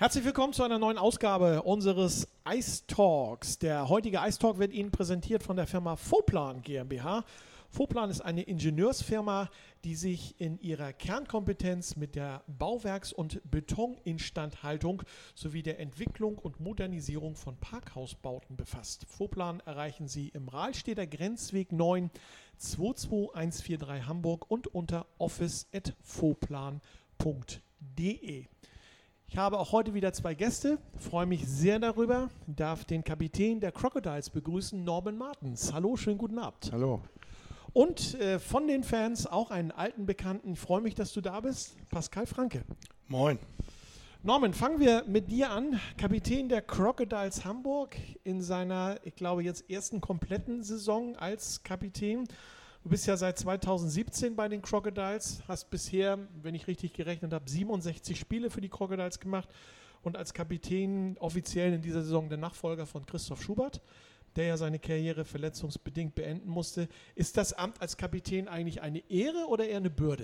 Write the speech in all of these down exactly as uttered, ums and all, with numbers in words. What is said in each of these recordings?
Herzlich willkommen zu einer neuen Ausgabe unseres Ice Talks. Der heutige Ice Talk wird Ihnen präsentiert von der Firma Foplan GmbH. Foplan ist eine Ingenieursfirma, die sich in ihrer Kernkompetenz mit der Bauwerks- und Betoninstandhaltung sowie der Entwicklung und Modernisierung von Parkhausbauten befasst. Foplan erreichen Sie im Rahlstedter Grenzweg neun zwei zwei eins vier drei Hamburg und unter office at foplan punkt de. Ich habe auch heute wieder zwei Gäste, freue mich sehr darüber, darf den Kapitän der Crocodiles begrüßen, Norman Martens. Hallo, schönen guten Abend. Hallo. Und äh, von den Fans auch einen alten Bekannten, ich freue mich, dass du da bist, Pascal Franke. Moin. Norman, fangen wir mit dir an, Kapitän der Crocodiles Hamburg in seiner, ich glaube jetzt ersten kompletten Saison als Kapitän. Du bist ja seit zweitausendsiebzehn bei den Crocodiles, hast bisher, wenn ich richtig gerechnet habe, siebenundsechzig Spiele für die Crocodiles gemacht und als Kapitän offiziell in dieser Saison der Nachfolger von Christoph Schubert, der ja seine Karriere verletzungsbedingt beenden musste. Ist das Amt als Kapitän eigentlich eine Ehre oder eher eine Bürde?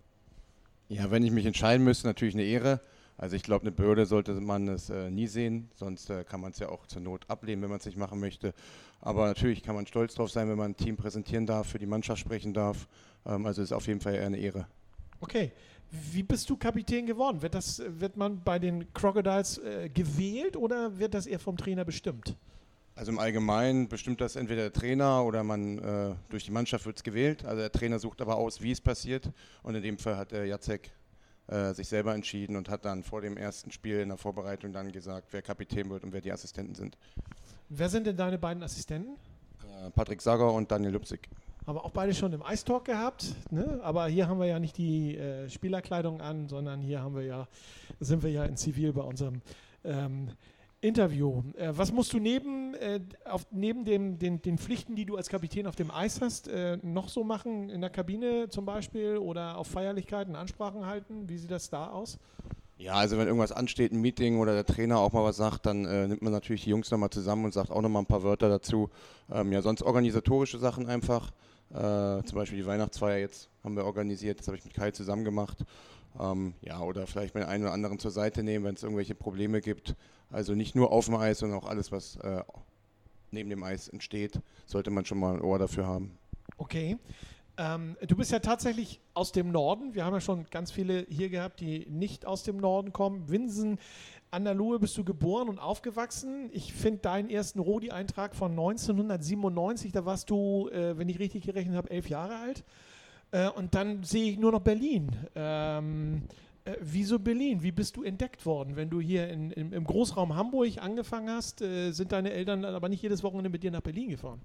Ja, wenn ich mich entscheiden müsste, natürlich eine Ehre. Also ich glaube, eine Bürde sollte man es äh, nie sehen, sonst äh, kann man es ja auch zur Not ablehnen, wenn man es nicht machen möchte. Aber natürlich kann man stolz drauf sein, wenn man ein Team präsentieren darf, für die Mannschaft sprechen darf. Ähm, also ist auf jeden Fall eher eine Ehre. Okay, wie bist du Kapitän geworden? Wird, das, wird man bei den Crocodiles äh, gewählt oder wird das eher vom Trainer bestimmt? Also im Allgemeinen bestimmt das entweder der Trainer oder man äh, durch die Mannschaft wird es gewählt. Also der Trainer sucht aber aus, wie es passiert. Und in dem Fall hat der Jacek äh, sich selber entschieden und hat dann vor dem ersten Spiel in der Vorbereitung dann gesagt, wer Kapitän wird und wer die Assistenten sind. Wer sind denn deine beiden Assistenten? Äh, Patrick Sager und Daniel Lübsig. Haben wir auch beide schon im Ice Talk gehabt, ne? Aber hier haben wir ja nicht die äh, Spielerkleidung an, sondern hier haben wir ja, sind wir ja in Zivil bei unserem ähm, Interview. Äh, was musst du neben, äh, auf, neben dem, den, den Pflichten, die du als Kapitän auf dem Eis hast, äh, noch so machen in der Kabine zum Beispiel oder auf Feierlichkeiten Ansprachen halten? Wie sieht das da aus? Ja, also wenn irgendwas ansteht, ein Meeting oder der Trainer auch mal was sagt, dann äh, nimmt man natürlich die Jungs nochmal zusammen und sagt auch nochmal ein paar Wörter dazu. Ähm, ja, sonst organisatorische Sachen einfach. Äh, zum Beispiel die Weihnachtsfeier jetzt haben wir organisiert, das habe ich mit Kai zusammen gemacht. Ähm, ja, oder vielleicht mal den einen oder anderen zur Seite nehmen, wenn es irgendwelche Probleme gibt. Also nicht nur auf dem Eis, sondern auch alles, was äh, neben dem Eis entsteht, sollte man schon mal ein Ohr dafür haben. Okay. Ähm, du bist ja tatsächlich aus dem Norden. Wir haben ja schon ganz viele hier gehabt, die nicht aus dem Norden kommen. Winsen an der Luhe bist du geboren und aufgewachsen. Ich finde deinen ersten Rodi-Eintrag von neunzehnhundertsiebenundneunzig, da warst du, äh, wenn ich richtig gerechnet habe, elf Jahre alt. Äh, und dann sehe ich nur noch Berlin. Ähm, äh, wieso Berlin? Wie bist du entdeckt worden? Wenn du hier in, in, im Großraum Hamburg angefangen hast, äh, sind deine Eltern aber nicht jedes Wochenende mit dir nach Berlin gefahren?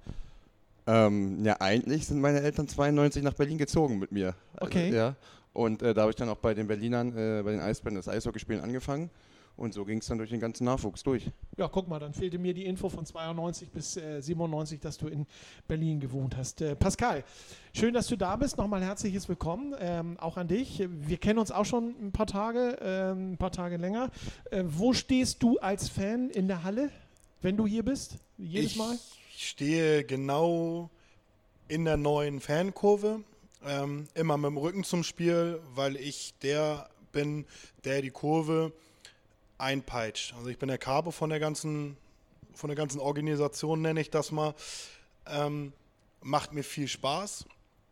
Ähm, ja, eigentlich sind meine Eltern zweiundneunzig nach Berlin gezogen mit mir. Okay. Also, ja. Und äh, da habe ich dann auch bei den Berlinern, äh, bei den Eisbären, das Eishockeyspielen angefangen. Und so ging es dann durch den ganzen Nachwuchs durch. Ja, guck mal, dann fehlte mir die Info von zweiundneunzig bis äh, siebenundneunzig, dass du in Berlin gewohnt hast. Äh, Pascal, schön, dass du da bist. Nochmal herzliches Willkommen, ähm, auch an dich. Wir kennen uns auch schon ein paar Tage, äh, ein paar Tage länger. Äh, wo stehst du als Fan in der Halle, wenn du hier bist? Jedes ich Mal? Ich stehe genau in der neuen Fankurve, ähm, immer mit dem Rücken zum Spiel, weil ich der bin, der die Kurve einpeitscht. Also ich bin der Capo von der ganzen, von der ganzen Organisation, nenne ich das mal. Ähm, macht mir viel Spaß.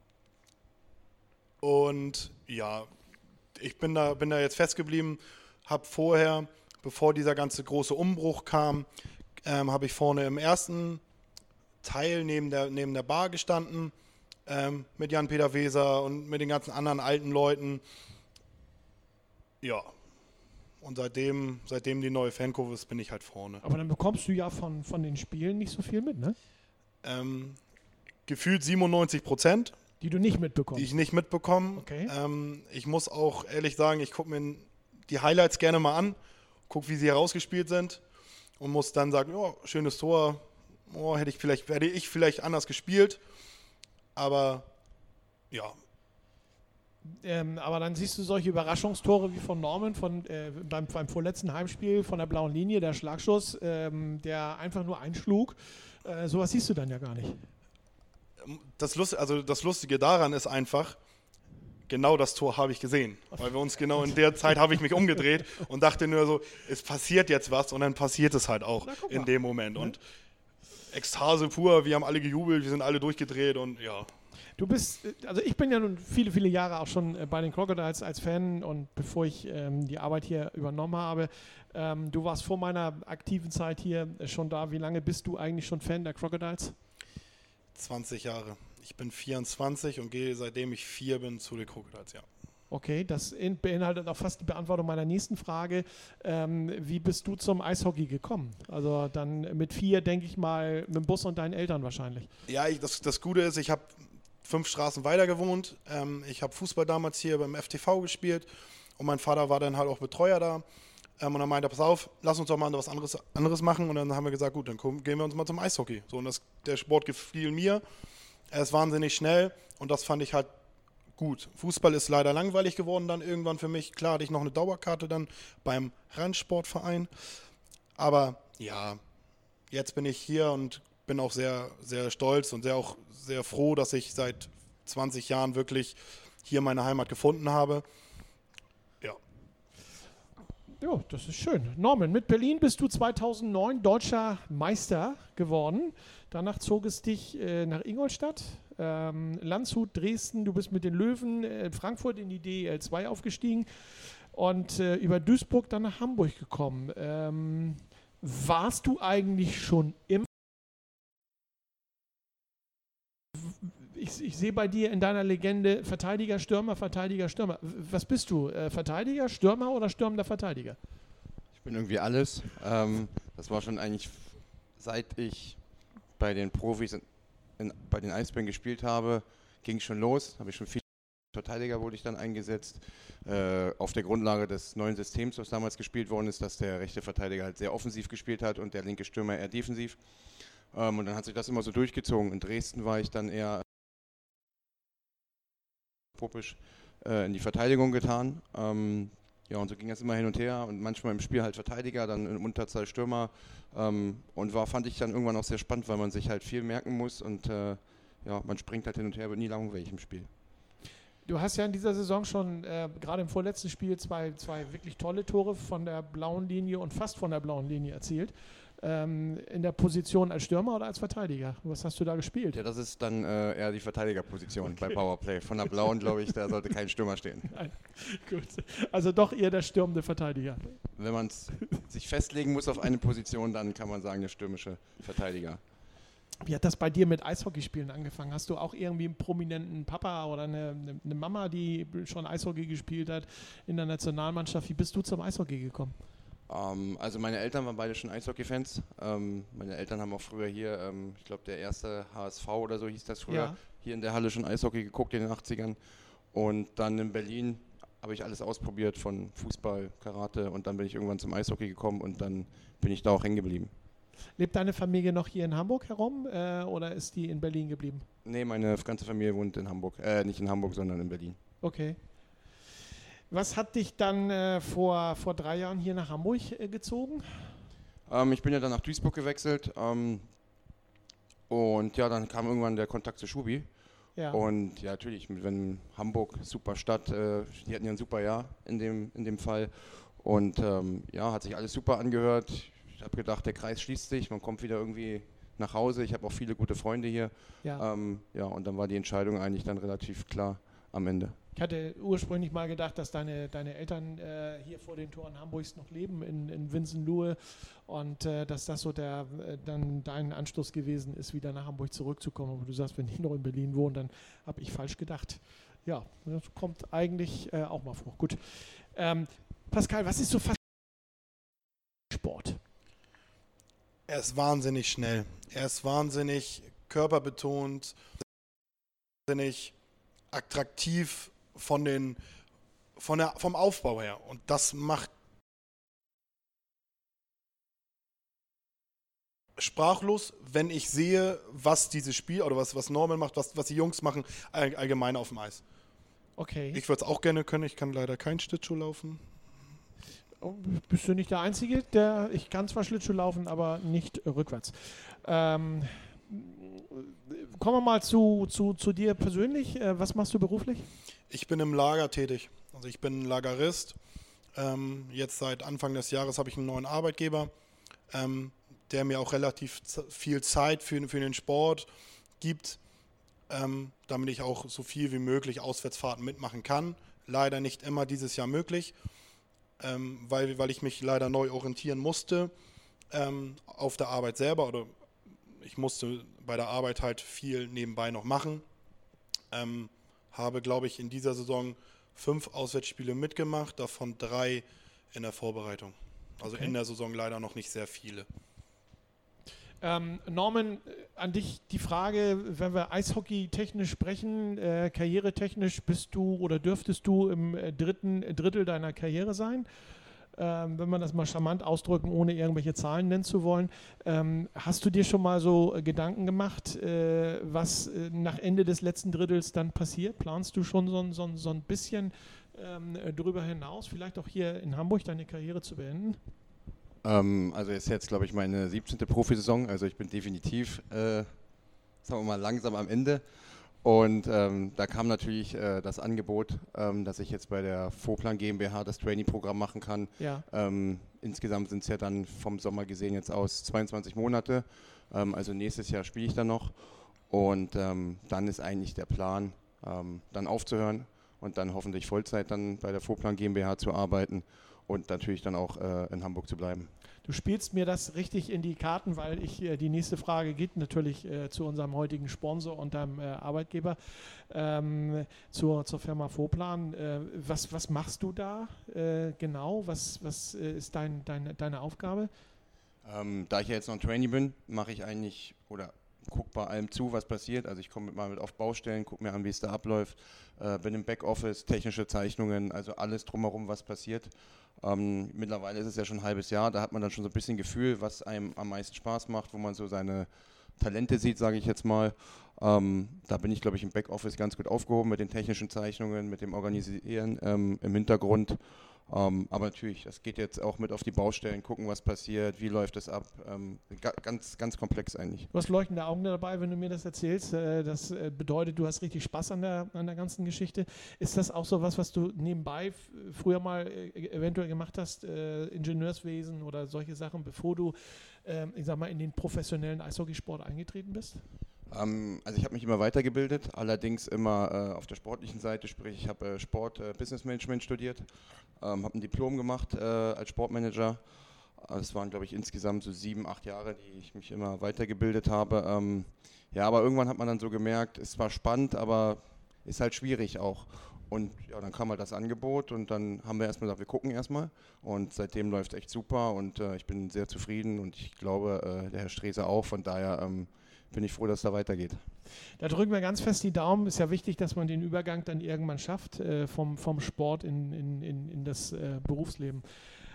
Und ja, ich bin da, bin da jetzt festgeblieben, habe vorher, bevor dieser ganze große Umbruch kam, ähm, habe ich vorne im ersten Teil neben der, neben der Bar gestanden, ähm, mit Jan-Peter Weser und mit den ganzen anderen alten Leuten. Ja, und seitdem, seitdem die neue Fankurve ist, bin ich halt vorne. Aber dann bekommst du ja von, von den Spielen nicht so viel mit, ne? Ähm, gefühlt siebenundneunzig Prozent. Die du nicht mitbekommst? Die ich nicht mitbekomme. Okay. Ähm, ich muss auch ehrlich sagen, ich gucke mir die Highlights gerne mal an, gucke, wie sie herausgespielt sind und muss dann sagen, ja, schönes Tor, oh, hätte ich vielleicht, hätte ich vielleicht anders gespielt. Aber ja. Ähm, aber dann siehst du solche Überraschungstore wie von Norman von, äh, beim, beim vorletzten Heimspiel von der blauen Linie, der Schlagschuss, ähm, der einfach nur einschlug. Äh, sowas siehst du dann ja gar nicht. Das, Lust, also das Lustige daran ist einfach, genau das Tor habe ich gesehen. Weil wir uns genau in der Zeit habe ich mich umgedreht und dachte nur so, es passiert jetzt was und dann passiert es halt auch Na, in dem Moment. Und Ekstase pur, wir haben alle gejubelt, wir sind alle durchgedreht und ja. Du bist, also ich bin ja nun viele, viele Jahre auch schon bei den Crocodiles als Fan und bevor ich ähm, die Arbeit hier übernommen habe, ähm, du warst vor meiner aktiven Zeit hier schon da. Wie lange bist du eigentlich schon Fan der Crocodiles? zwanzig Jahre. Ich bin vierundzwanzig und gehe seitdem ich vier bin zu den Crocodiles, ja. Okay, das in, beinhaltet auch fast die Beantwortung meiner nächsten Frage. Ähm, wie bist du zum Eishockey gekommen? Also dann mit vier, denke ich mal, mit dem Bus und deinen Eltern wahrscheinlich. Ja, ich, das, das Gute ist, ich habe fünf Straßen weiter gewohnt. Ähm, ich habe Fußball damals hier beim F T V gespielt und mein Vater war dann halt auch Betreuer da. Ähm, und dann meinte er, pass auf, lass uns doch mal was anderes, anderes machen. Und dann haben wir gesagt, gut, dann kommen, gehen wir uns mal zum Eishockey. So, und das, der Sport gefiel mir. Er ist wahnsinnig schnell und das fand ich halt gut. Fußball ist leider langweilig geworden dann irgendwann für mich. Klar hatte ich noch eine Dauerkarte dann beim Randsportverein. Aber ja, jetzt bin ich hier und bin auch sehr, sehr stolz und sehr auch sehr froh, dass ich seit zwanzig Jahren wirklich hier meine Heimat gefunden habe. Ja. Ja, das ist schön. Norman, mit Berlin bist du zweitausendneun deutscher Meister geworden. Danach zog es dich äh, nach Ingolstadt, ähm, Landshut, Dresden. Du bist mit den Löwen äh, Frankfurt in die D E L zwei aufgestiegen und äh, über Duisburg dann nach Hamburg gekommen. Ähm, warst du eigentlich schon immer? Ich, ich sehe bei dir in deiner Legende Verteidiger, Stürmer, Verteidiger, Stürmer. Was bist du? Äh, Verteidiger, Stürmer oder stürmender Verteidiger? Ich bin irgendwie alles. Ähm, das war schon eigentlich, seit ich bei den Profis in, in, bei den Eisbären gespielt habe, ging es schon los. Habe ich schon viel Verteidiger wurde ich dann eingesetzt. Äh, auf der Grundlage des neuen Systems, was damals gespielt worden ist, dass der rechte Verteidiger halt sehr offensiv gespielt hat und der linke Stürmer eher defensiv. Ähm, und dann hat sich das immer so durchgezogen. In Dresden war ich dann eher äh, in die Verteidigung getan. Ähm, ja, und so ging es immer hin und her und manchmal im Spiel halt Verteidiger, dann im Unterzahl Stürmer. Ähm, und war, fand ich dann irgendwann auch sehr spannend, weil man sich halt viel merken muss und äh, ja, man springt halt hin und her, wird nie langweilig im Spiel. Du hast ja in dieser Saison schon äh, gerade im vorletzten Spiel zwei, zwei wirklich tolle Tore von der blauen Linie und fast von der blauen Linie erzielt. Ähm, in der Position als Stürmer oder als Verteidiger? Was hast du da gespielt? Ja, das ist dann äh, eher die Verteidigerposition okay. bei Powerplay. Von der blauen, glaube ich, da sollte kein Stürmer stehen. Nein. Gut. Also doch eher der stürmende Verteidiger. Wenn man sich festlegen muss auf eine Position, dann kann man sagen, der stürmische Verteidiger. Wie hat das bei dir mit Eishockeyspielen angefangen? Hast du auch irgendwie einen prominenten Papa oder eine, eine Mama, die schon Eishockey gespielt hat in der Nationalmannschaft? Wie bist du zum Eishockey gekommen? Um, also meine Eltern waren beide schon Eishockey-Fans. Um, meine Eltern haben auch früher hier, um, ich glaube der erste H S V oder so hieß das früher, ja. hier in der Halle schon Eishockey geguckt in den achtzigern. Und dann in Berlin habe ich alles ausprobiert von Fußball, Karate und dann bin ich irgendwann zum Eishockey gekommen und dann bin ich da auch hängen geblieben. Lebt deine Familie noch hier in Hamburg herum äh, oder ist die in Berlin geblieben? Nee, meine ganze Familie wohnt in Hamburg. Äh, nicht in Hamburg, sondern in Berlin. Okay. Was hat dich dann äh, vor, vor drei Jahren hier nach Hamburg äh, gezogen? Ähm, ich bin ja dann nach Duisburg gewechselt ähm, und ja, dann kam irgendwann der Kontakt zu Schubi. Ja. Und ja, natürlich, wenn Hamburg, super Stadt, äh, die hatten ja ein super Jahr in dem, in dem Fall. Und ähm, ja, hat sich alles super angehört. Ich habe gedacht, der Kreis schließt sich, man kommt wieder irgendwie nach Hause. Ich habe auch viele gute Freunde hier. Ja. Ähm, ja, und dann war die Entscheidung eigentlich dann relativ klar am Ende. Ich hatte ursprünglich mal gedacht, dass deine, deine Eltern äh, hier vor den Toren Hamburgs noch leben, in, in Winsenlohe, und äh, dass das so der, äh, dann dein Anschluss gewesen ist, wieder nach Hamburg zurückzukommen. Aber du sagst, wenn die noch in Berlin wohnen, dann habe ich falsch gedacht. Ja, das kommt eigentlich äh, auch mal vor. Gut. Ähm, Pascal, was ist so fast Sport? Er ist wahnsinnig schnell. Er ist wahnsinnig körperbetont, wahnsinnig attraktiv von den, von der, vom Aufbau her. Und das macht sprachlos, wenn ich sehe, was dieses Spiel oder was, was Norman macht, was, was die Jungs machen, all, allgemein auf dem Eis. Okay. Ich würde es auch gerne können, ich kann leider kein Schlittschuh laufen. Oh, bist du nicht der Einzige, der, ich kann zwar Schlittschuh laufen, aber nicht rückwärts. Ähm, kommen wir mal zu, zu, zu dir persönlich. Äh, was machst du beruflich? Ich bin im Lager tätig. Also ich bin Lagerist. Ähm, jetzt seit Anfang des Jahres habe ich einen neuen Arbeitgeber, ähm, der mir auch relativ z- viel Zeit für, für den Sport gibt, ähm, damit ich auch so viel wie möglich Auswärtsfahrten mitmachen kann. Leider nicht immer dieses Jahr möglich, ähm, weil, weil ich mich leider neu orientieren musste ähm, auf der Arbeit selber. Oder ich musste bei der Arbeit halt viel nebenbei noch machen. Ähm, habe, glaube ich, in dieser Saison fünf Auswärtsspiele mitgemacht, davon drei in der Vorbereitung. Also Okay. in der Saison leider noch nicht sehr viele. Ähm, Norman, äh, an dich die Frage, wenn wir Eishockey technisch sprechen, äh, karrieretechnisch bist du oder dürftest du im äh, dritten Drittel deiner Karriere sein? Ähm, wenn man das mal charmant ausdrücken, ohne irgendwelche Zahlen nennen zu wollen. Ähm, hast du dir schon mal so äh, Gedanken gemacht, äh, was äh, nach Ende des letzten Drittels dann passiert? Planst du schon so, ein- so, ein- so ein bisschen ähm, äh, drüber hinaus, vielleicht auch hier in Hamburg deine Karriere zu beenden? Ähm, also ist jetzt, glaube ich, meine siebzehnte Profisaison. Also ich bin definitiv, äh, sagen wir mal, langsam am Ende. Und ähm, da kam natürlich äh, das Angebot, ähm, dass ich jetzt bei der Voplan GmbH das Trainee-Programm machen kann. Ja. Ähm, insgesamt sind es ja dann vom Sommer gesehen jetzt aus zweiundzwanzig Monate. Ähm, also nächstes Jahr spiele ich dann noch. Und ähm, dann ist eigentlich der Plan, ähm, dann aufzuhören und dann hoffentlich Vollzeit dann bei der Voplan GmbH zu arbeiten und natürlich dann auch äh, in Hamburg zu bleiben. Du spielst mir das richtig in die Karten, weil ich äh, die nächste Frage geht natürlich äh, zu unserem heutigen Sponsor und deinem äh, Arbeitgeber, ähm, zur, zur Firma Voplan. Äh, was, was machst du da äh, genau? Was, was äh, ist dein, dein, deine Aufgabe? Ähm, da ich ja jetzt noch ein Trainee bin, mache ich eigentlich oder gucke bei allem zu, was passiert. Also ich komme mit mal mit auf Baustellen, gucke mir an, wie es da abläuft, äh, bin im Backoffice, technische Zeichnungen, also alles drumherum, was passiert. Ähm, mittlerweile ist es ja schon ein halbes Jahr, da hat man dann schon so ein bisschen Gefühl, was einem am meisten Spaß macht, wo man so seine Talente sieht, sage ich jetzt mal. Ähm, da bin ich, glaube ich, im Backoffice ganz gut aufgehoben mit den technischen Zeichnungen, mit dem Organisieren ähm, im Hintergrund. Ähm, aber natürlich, das geht jetzt auch mit auf die Baustellen, gucken, was passiert, wie läuft es ab. Ähm, ga, ganz, ganz komplex eigentlich. Du hast leuchtende Augen dabei, wenn du mir das erzählst. Äh, Das äh, bedeutet, du hast richtig Spaß an der, an der ganzen Geschichte. Ist das auch so was, was du nebenbei f- früher mal äh, eventuell gemacht hast, äh, Ingenieurswesen oder solche Sachen, bevor du, ähm, ich sag mal, in den professionellen Eishockeysport eingetreten bist? Ähm, also ich habe mich immer weitergebildet, allerdings immer äh, auf der sportlichen Seite, sprich ich habe äh, Sport, äh, Business Management studiert, ähm, habe ein Diplom gemacht äh, als Sportmanager. Es waren, glaube ich, insgesamt so sieben, acht Jahre, die ich mich immer weitergebildet habe. Ähm, ja, aber irgendwann hat man dann so gemerkt, es war spannend, aber ist halt schwierig auch. Und ja, dann kam halt das Angebot und dann haben wir erstmal gesagt, wir gucken erstmal. Und seitdem läuft es echt super und äh, ich bin sehr zufrieden und ich glaube, äh, der Herr Streser auch. Von daher ähm, bin ich froh, dass es da weitergeht. Da drücken wir ganz fest die Daumen. Ist ja wichtig, dass man den Übergang dann irgendwann schafft äh, vom, vom Sport in, in, in, in das äh, Berufsleben.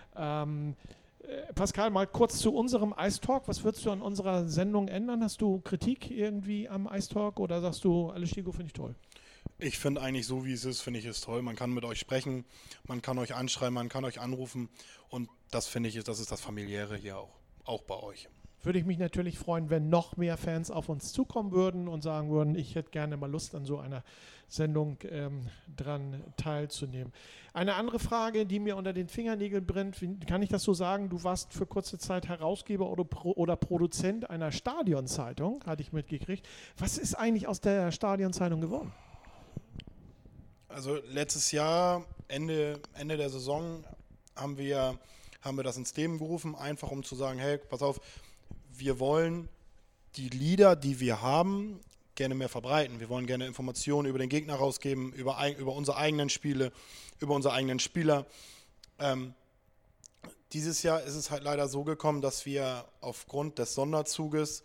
Ähm, äh, Pascal, mal kurz zu unserem Ice Talk. Was würdest du an unserer Sendung ändern? Hast du Kritik irgendwie am Ice Talk oder sagst du, alles Stigo finde ich toll? Ich finde eigentlich so, wie es ist, finde ich es toll. Man kann mit euch sprechen, man kann euch anschreiben, man kann euch anrufen und das finde ich, ist, das ist das Familiäre hier auch, auch bei euch. Würde ich mich natürlich freuen, wenn noch mehr Fans auf uns zukommen würden und sagen würden, ich hätte gerne mal Lust an so einer Sendung ähm, dran teilzunehmen. Eine andere Frage, die mir unter den Fingernägeln brennt, wie, kann ich das so sagen, du warst für kurze Zeit Herausgeber oder, Pro, oder Produzent einer Stadionzeitung, hatte ich mitgekriegt. Was ist eigentlich aus der Stadionzeitung geworden? Also letztes Jahr, Ende, Ende der Saison, haben wir, haben wir das ins Leben gerufen, einfach um zu sagen, hey, pass auf, wir wollen die Lieder, die wir haben, gerne mehr verbreiten. Wir wollen gerne Informationen über den Gegner rausgeben, über, über unsere eigenen Spiele, über unsere eigenen Spieler. Ähm, dieses Jahr ist es halt leider so gekommen, dass wir aufgrund des Sonderzuges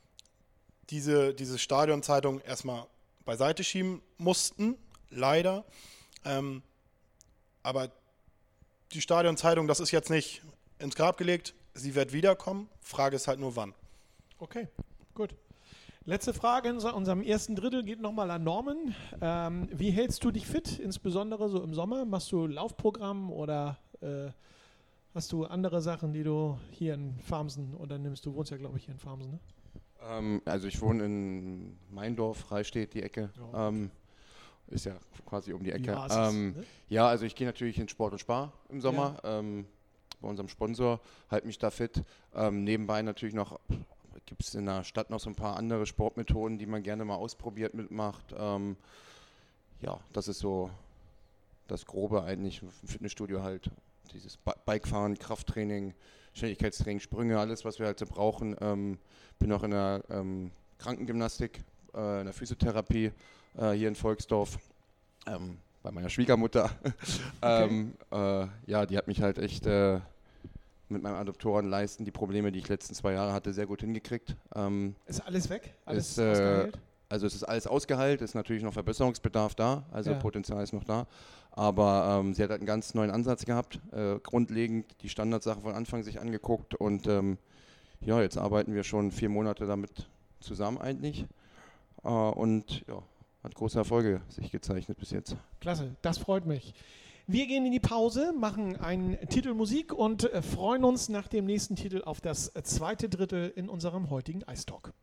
diese, diese Stadionzeitung erstmal beiseite schieben mussten, leider. Ähm, aber die Stadionzeitung, das ist jetzt nicht ins Grab gelegt. Sie wird wiederkommen. Frage ist halt nur wann. Okay, gut. Letzte Frage in unserem ersten Drittel geht nochmal an Norman. Ähm, wie hältst du dich fit, insbesondere so im Sommer? Machst du Laufprogramm oder äh, hast du andere Sachen, die du hier in Farmsen unternimmst? Du wohnst ja, glaube ich, hier in Farmsen, ne? Ähm, also ich wohne in Meindorf, Freistedt, die Ecke. Ja. Ähm, Ist ja quasi um die Ecke. Ja, es ist, ähm, ne? ja, also ich gehe natürlich in Sport und Spar im Sommer, ja. ähm, bei unserem Sponsor, halte mich da fit. Ähm, nebenbei natürlich noch, gibt es in der Stadt noch so ein paar andere Sportmethoden, die man gerne mal ausprobiert mitmacht. Ähm, ja, das ist so das Grobe eigentlich im Fitnessstudio halt. Dieses Bikefahren, Krafttraining, Schnelligkeitstraining, Sprünge, alles, was wir halt so brauchen. Ähm, bin auch in der ähm, Krankengymnastik, äh, in der Physiotherapie äh, hier in Volksdorf, ähm, bei meiner Schwiegermutter. Okay. ähm, äh, ja, die hat mich halt echt äh, mit meinem Adoptorenleisten die Probleme, die ich letzten zwei Jahre hatte, sehr gut hingekriegt. Ähm, ist alles weg? Alles ist, äh, ausgeheilt? Also es ist alles ausgeheilt, ist natürlich noch Verbesserungsbedarf da, also Ja. Potenzial ist noch da. Aber ähm, sie hat halt einen ganz neuen Ansatz gehabt, äh, grundlegend die Standardsachen von Anfang sich angeguckt und ähm, ja, jetzt arbeiten wir schon vier Monate damit zusammen eigentlich äh, und ja, hat große Erfolge sich gezeichnet bis jetzt. Klasse, das freut mich. Wir gehen in die Pause, machen einen Titel Musik und äh, freuen uns nach dem nächsten Titel auf das äh, zweite Drittel in unserem heutigen Ice Talk.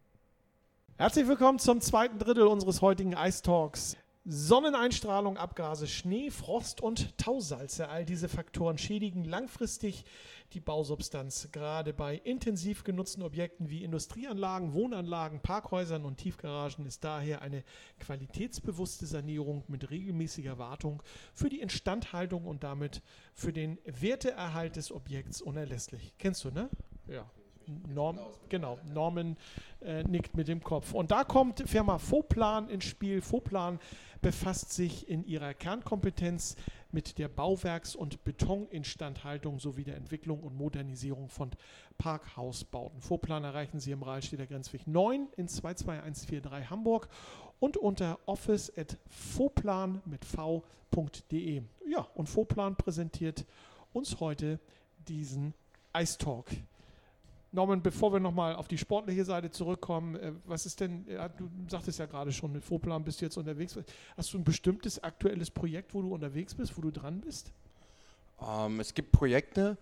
Herzlich willkommen zum zweiten Drittel unseres heutigen Ice Talks. Sonneneinstrahlung, Abgase, Schnee, Frost und Tausalze, all diese Faktoren schädigen langfristig die Bausubstanz. Gerade bei intensiv genutzten Objekten wie Industrieanlagen, Wohnanlagen, Parkhäusern und Tiefgaragen ist daher eine qualitätsbewusste Sanierung mit regelmäßiger Wartung für die Instandhaltung und damit für den Werteerhalt des Objekts unerlässlich. Kennst du, ne? Ja. Norm, genau, Norman äh, nickt mit dem Kopf. Und da kommt Firma Foplan ins Spiel. Foplan befasst sich in ihrer Kernkompetenz mit der Bauwerks- und Betoninstandhaltung sowie der Entwicklung und Modernisierung von Parkhausbauten. Foplan erreichen Sie im Rahlstedter Grenzweg neun in zwei zwei eins vier drei Hamburg und unter office at foplan mit v punkt de. Ja, und Foplan präsentiert uns heute diesen Ice Talk. Norman, bevor wir nochmal auf die sportliche Seite zurückkommen, äh, was ist denn, ja, du sagtest ja gerade schon, mit Foplan bist du jetzt unterwegs. Hast du ein bestimmtes aktuelles Projekt, wo du unterwegs bist, wo du dran bist? Ähm, es gibt Projekte,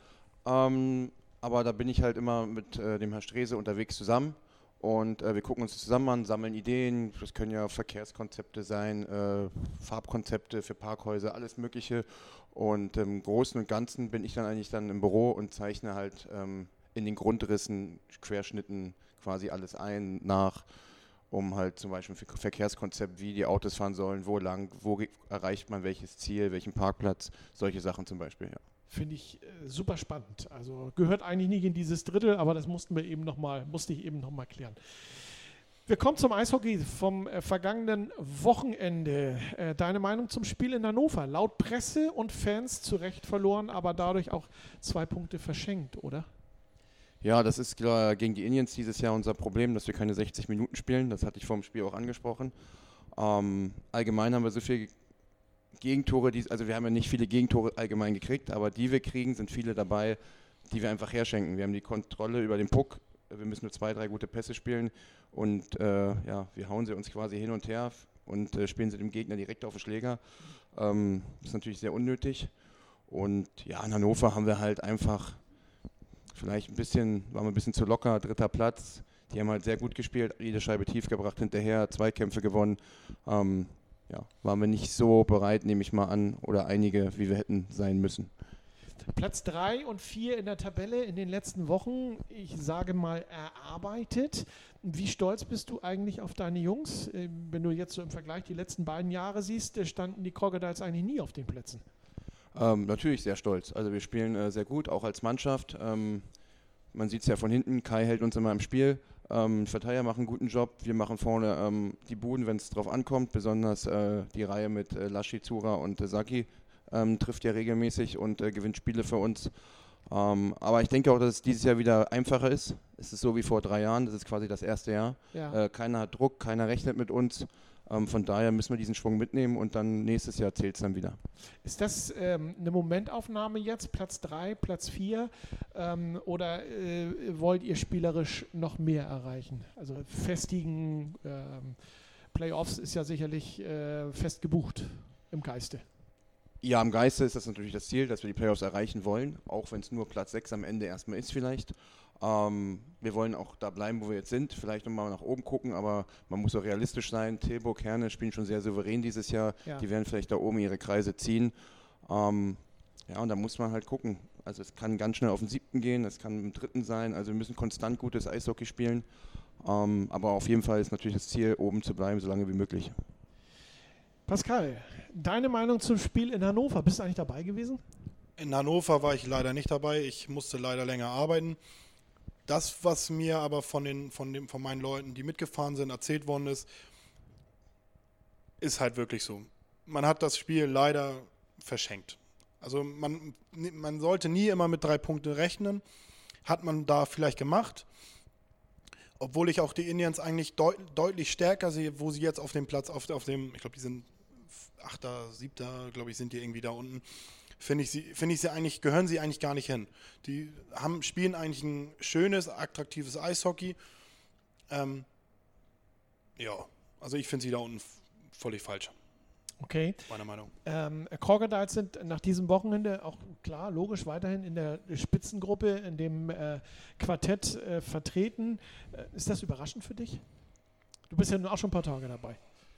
ähm, aber da bin ich halt immer mit äh, dem Herrn Strese unterwegs zusammen und äh, wir gucken uns das zusammen an, sammeln Ideen. Das können ja Verkehrskonzepte sein, äh, Farbkonzepte für Parkhäuser, alles Mögliche. Und im Großen und Ganzen bin ich dann eigentlich dann im Büro und zeichne halt ähm, in den Grundrissen, Querschnitten quasi alles ein, nach, um halt zum Beispiel für Verkehrskonzept, wie die Autos fahren sollen, wo lang, wo erreicht man welches Ziel, welchen Parkplatz, solche Sachen zum Beispiel, ja. Finde ich äh, super spannend. Also gehört eigentlich nicht in dieses Drittel, aber das mussten wir eben noch mal, musste ich eben nochmal klären. Wir kommen zum Eishockey vom äh, vergangenen Wochenende. Äh, deine Meinung zum Spiel in Hannover? Laut Presse und Fans zu Recht verloren, aber dadurch auch zwei Punkte verschenkt, oder? Ja, das ist äh, gegen die Indians dieses Jahr unser Problem, dass wir keine sechzig Minuten spielen. Das hatte ich vor dem Spiel auch angesprochen. Ähm, allgemein haben wir so viele Gegentore, die, also wir haben ja nicht viele Gegentore allgemein gekriegt, aber die wir kriegen, sind viele dabei, die wir einfach herschenken. Wir haben die Kontrolle über den Puck. Wir müssen nur zwei, drei gute Pässe spielen und äh, ja, wir hauen sie uns quasi hin und her und äh, spielen sie dem Gegner direkt auf den Schläger. Ähm, das ist natürlich sehr unnötig. Und ja, in Hannover haben wir halt einfach vielleicht ein bisschen, waren wir ein bisschen zu locker, dritter Platz. Die haben halt sehr gut gespielt, jede Scheibe tief gebracht hinterher, zwei Kämpfe gewonnen. Ähm, ja, waren wir nicht so bereit, nehme ich mal an, oder einige, wie wir hätten sein müssen. Platz drei und vier in der Tabelle in den letzten Wochen, ich sage mal erarbeitet. Wie stolz bist du eigentlich auf deine Jungs? Wenn du jetzt so im Vergleich die letzten beiden Jahre siehst, standen die Crocodiles eigentlich nie auf den Plätzen. Ähm, natürlich sehr stolz. Also wir spielen äh, sehr gut, auch als Mannschaft. Ähm, man sieht es ja von hinten, Kai hält uns immer im Spiel. Ähm, Verteidiger machen einen guten Job. Wir machen vorne ähm, die Buden, wenn es drauf ankommt. Besonders äh, die Reihe mit äh, Laschi, Zura und äh, Saki ähm, trifft ja regelmäßig und äh, gewinnt Spiele für uns. Ähm, aber ich denke auch, dass es dieses Jahr wieder einfacher ist. Es ist so wie vor drei Jahren, das ist quasi das erste Jahr. Ja. Äh, keiner hat Druck, keiner rechnet mit uns. Ähm, von daher müssen wir diesen Schwung mitnehmen und dann nächstes Jahr zählt es dann wieder. Ist das ähm, eine Momentaufnahme jetzt, Platz drei, Platz vier? Ähm, oder äh, wollt ihr spielerisch noch mehr erreichen? Also festigen ähm, Playoffs ist ja sicherlich äh, fest gebucht im Geiste. Ja, im Geiste ist das natürlich das Ziel, dass wir die Playoffs erreichen wollen, auch wenn es nur Platz sechs am Ende erstmal ist vielleicht. Ähm, wir wollen auch da bleiben, wo wir jetzt sind, vielleicht nochmal nach oben gucken, aber man muss auch realistisch sein. Tilburg, Herne spielen schon sehr souverän dieses Jahr. Ja. Die werden vielleicht da oben ihre Kreise ziehen. Ähm, ja, und da muss man halt gucken. Also es kann ganz schnell auf den siebten gehen, es kann im dritten sein. Also wir müssen konstant gutes Eishockey spielen. Ähm, aber auf jeden Fall ist natürlich das Ziel, oben zu bleiben, so lange wie möglich. Pascal, deine Meinung zum Spiel in Hannover? Bist du eigentlich dabei gewesen? In Hannover war ich leider nicht dabei. Ich musste leider länger arbeiten. Das, was mir aber von, den, von, dem, von meinen Leuten, die mitgefahren sind, erzählt worden ist, ist halt wirklich so. Man hat das Spiel leider verschenkt. Also man, man sollte nie immer mit drei Punkten rechnen. Hat man da vielleicht gemacht. Obwohl ich auch die Indians eigentlich deut, deutlich stärker sehe, wo sie jetzt auf dem Platz, auf, auf dem, ich glaube, die sind Achter, Siebter, glaube ich, sind die irgendwie da unten. Finde ich sie, finde ich sie eigentlich, gehören sie eigentlich gar nicht hin. Die haben, spielen eigentlich ein schönes, attraktives Eishockey. Ähm, ja, also ich finde sie da unten f- völlig falsch. Okay. Meiner Meinung. Ähm, Crocodiles sind nach diesem Wochenende auch klar, logisch weiterhin in der Spitzengruppe, in dem äh, Quartett äh, vertreten. Äh, ist das überraschend für dich? Du bist ja nun auch schon ein paar Tage dabei.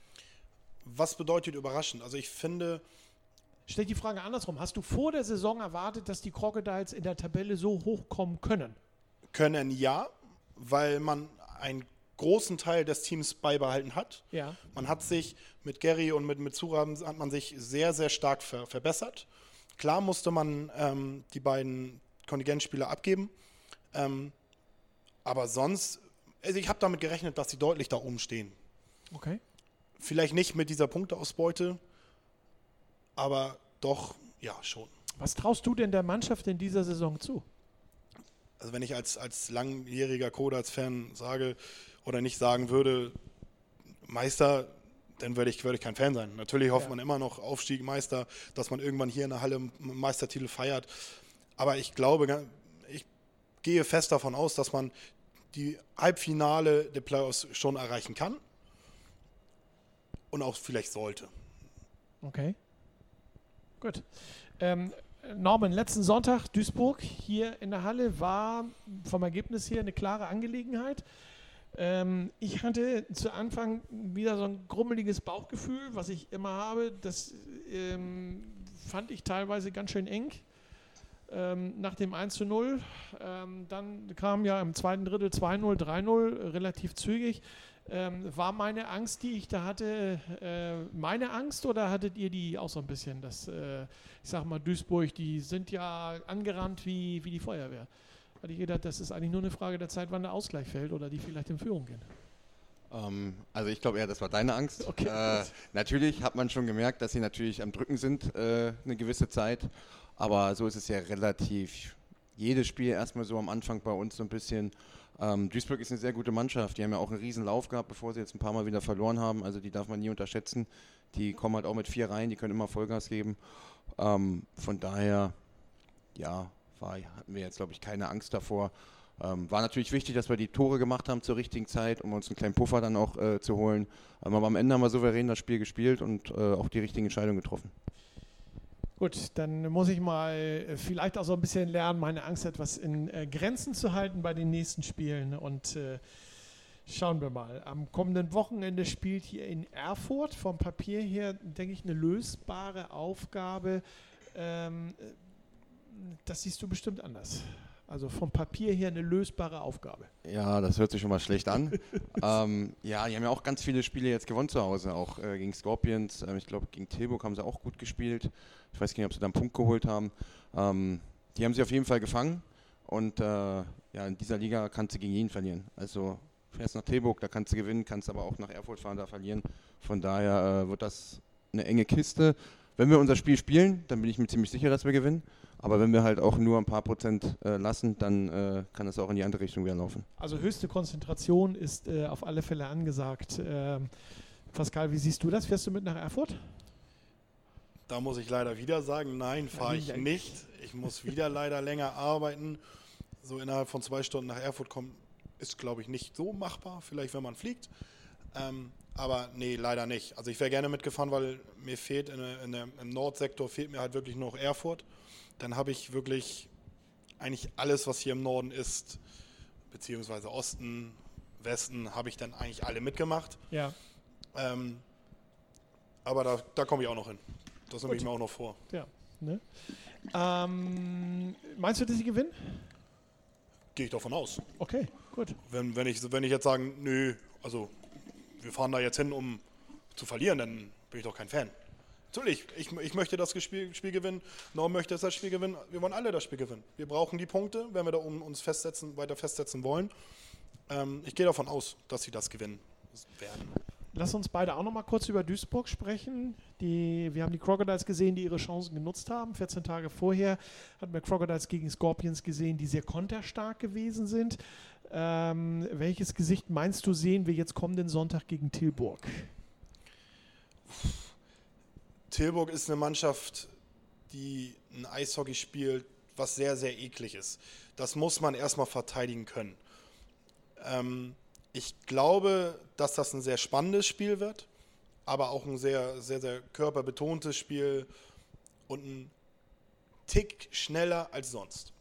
Was bedeutet überraschend? Also ich finde, Stell die Frage andersrum. Hast du vor der Saison erwartet, dass die Crocodiles in der Tabelle so hochkommen können? können ja, weil man einen großen Teil des Teams beibehalten hat. Ja. Man hat sich mit Gary und mit Mitsura hat man sich sehr, sehr stark ver- verbessert. Klar musste man ähm, die beiden Kontingentspieler abgeben. Ähm, aber sonst, also ich habe damit gerechnet, dass sie deutlich da oben stehen. Okay. Vielleicht nicht mit dieser Punkteausbeute, aber doch, ja, schon. Was traust du denn der Mannschaft in dieser Saison zu? Also wenn ich als, als langjähriger Crocodiles-Fan sage oder nicht sagen würde, Meister, dann würde ich, würde ich kein Fan sein. Natürlich hofft Ja. man immer noch Aufstieg, Meister, dass man irgendwann hier in der Halle einen Meistertitel feiert. Aber ich glaube, ich gehe fest davon aus, dass man die Halbfinale der Playoffs schon erreichen kann und auch vielleicht sollte. Okay. Gut. Ähm, Norman, letzten Sonntag Duisburg hier in der Halle war vom Ergebnis her eine klare Angelegenheit. Ähm, ich hatte zu Anfang wieder so ein grummeliges Bauchgefühl, was ich immer habe. Das ähm, fand ich teilweise ganz schön eng. Ähm, nach dem eins zu null. Ähm, dann kam ja im zweiten Drittel zwei null, drei null, relativ zügig. Ähm, war meine Angst, die ich da hatte, äh, meine Angst oder hattet ihr die auch so ein bisschen? Das, äh, ich sag mal, Duisburg, die sind ja angerannt wie, wie die Feuerwehr. Hatte ich gedacht, das ist eigentlich nur eine Frage der Zeit, wann der Ausgleich fällt oder die vielleicht in Führung gehen. Ähm, also ich glaube eher, das war deine Angst. Okay, äh, gut. natürlich hat man schon gemerkt, dass sie natürlich am Drücken sind äh, eine gewisse Zeit. Aber so ist es ja relativ jedes Spiel erstmal so am Anfang bei uns so ein bisschen. Ähm, Duisburg ist eine sehr gute Mannschaft. Die haben ja auch einen riesen Lauf gehabt, bevor sie jetzt ein paar Mal wieder verloren haben. Also die darf man nie unterschätzen. Die kommen halt auch mit vier rein, die können immer Vollgas geben. Ähm, von daher, ja, war, hatten wir jetzt, glaube ich, keine Angst davor. Ähm, war natürlich wichtig, dass wir die Tore gemacht haben zur richtigen Zeit, um uns einen kleinen Puffer dann auch äh, zu holen. Aber am Ende haben wir souverän das Spiel gespielt und äh, auch die richtigen Entscheidungen getroffen. Gut, dann muss ich mal äh, vielleicht auch so ein bisschen lernen, meine Angst etwas in äh, Grenzen zu halten bei den nächsten Spielen. Und äh, schauen wir mal. Am kommenden Wochenende spielt hier in Erfurt vom Papier her, denke ich, eine lösbare Aufgabe. Ähm, äh, das siehst du bestimmt anders. Also vom Papier her eine lösbare Aufgabe. Ja, das hört sich schon mal schlecht an. ähm, ja, die haben ja auch ganz viele Spiele jetzt gewonnen zu Hause, auch äh, gegen Scorpions. Ähm, ich glaube, gegen Tilburg haben sie auch gut gespielt. Ich weiß gar nicht, ob sie da einen Punkt geholt haben. Ähm, die haben sie auf jeden Fall gefangen. Und äh, ja, in dieser Liga kannst du gegen jeden verlieren. Also fährst nach Tilburg, da kannst du gewinnen, kannst aber auch nach Erfurt fahren, da verlieren. Von daher äh, wird das eine enge Kiste. Wenn wir unser Spiel spielen, dann bin ich mir ziemlich sicher, dass wir gewinnen. Aber wenn wir halt auch nur ein paar Prozent äh, lassen, dann äh, kann es auch in die andere Richtung wieder laufen. Also höchste Konzentration ist äh, auf alle Fälle angesagt. Ähm, Pascal, wie siehst du das? Fährst du mit nach Erfurt? Da muss ich leider wieder sagen, nein, fahre ich nicht. Ich muss wieder leider länger arbeiten. So innerhalb von zwei Stunden nach Erfurt kommen, ist, glaube ich, nicht so machbar. Vielleicht, wenn man fliegt. Ähm, aber nee, leider nicht. Also ich wäre gerne mitgefahren, weil mir fehlt in, in der, im Nordsektor fehlt mir halt wirklich nur noch Erfurt. Dann habe ich wirklich eigentlich alles, was hier im Norden ist, beziehungsweise Osten, Westen, habe ich dann eigentlich alle mitgemacht. Ja. Ähm, aber da, da komme ich auch noch hin. Das nehme Gut. ich mir auch noch vor. Ja. Ne? Ähm, meinst du, dass sie gewinnen? Gehe ich davon aus. Okay, gut. Wenn, wenn, ich, wenn ich jetzt sagen, nö, also wir fahren da jetzt hin, um zu verlieren, dann bin ich doch kein Fan. Natürlich, ich, ich möchte das Spiel, Spiel gewinnen, Norm möchte das Spiel gewinnen, wir wollen alle das Spiel gewinnen. Wir brauchen die Punkte, wenn wir da um, uns festsetzen, weiter festsetzen wollen. Ähm, ich gehe davon aus, dass sie das gewinnen werden. Lass uns beide auch noch mal kurz über Duisburg sprechen. Die, wir haben die Crocodiles gesehen, die ihre Chancen genutzt haben. vierzehn Tage vorher hatten wir Crocodiles gegen Scorpions gesehen, die sehr konterstark gewesen sind. Ähm, welches Gesicht meinst du, sehen wir jetzt kommenden Sonntag gegen Tilburg? Tilburg ist eine Mannschaft, die ein Eishockey spielt, was sehr, sehr eklig ist. Das muss man erstmal verteidigen können. Ähm, ich glaube, dass das ein sehr spannendes Spiel wird, aber auch ein sehr, sehr, sehr körperbetontes Spiel und ein Tick schneller als sonst.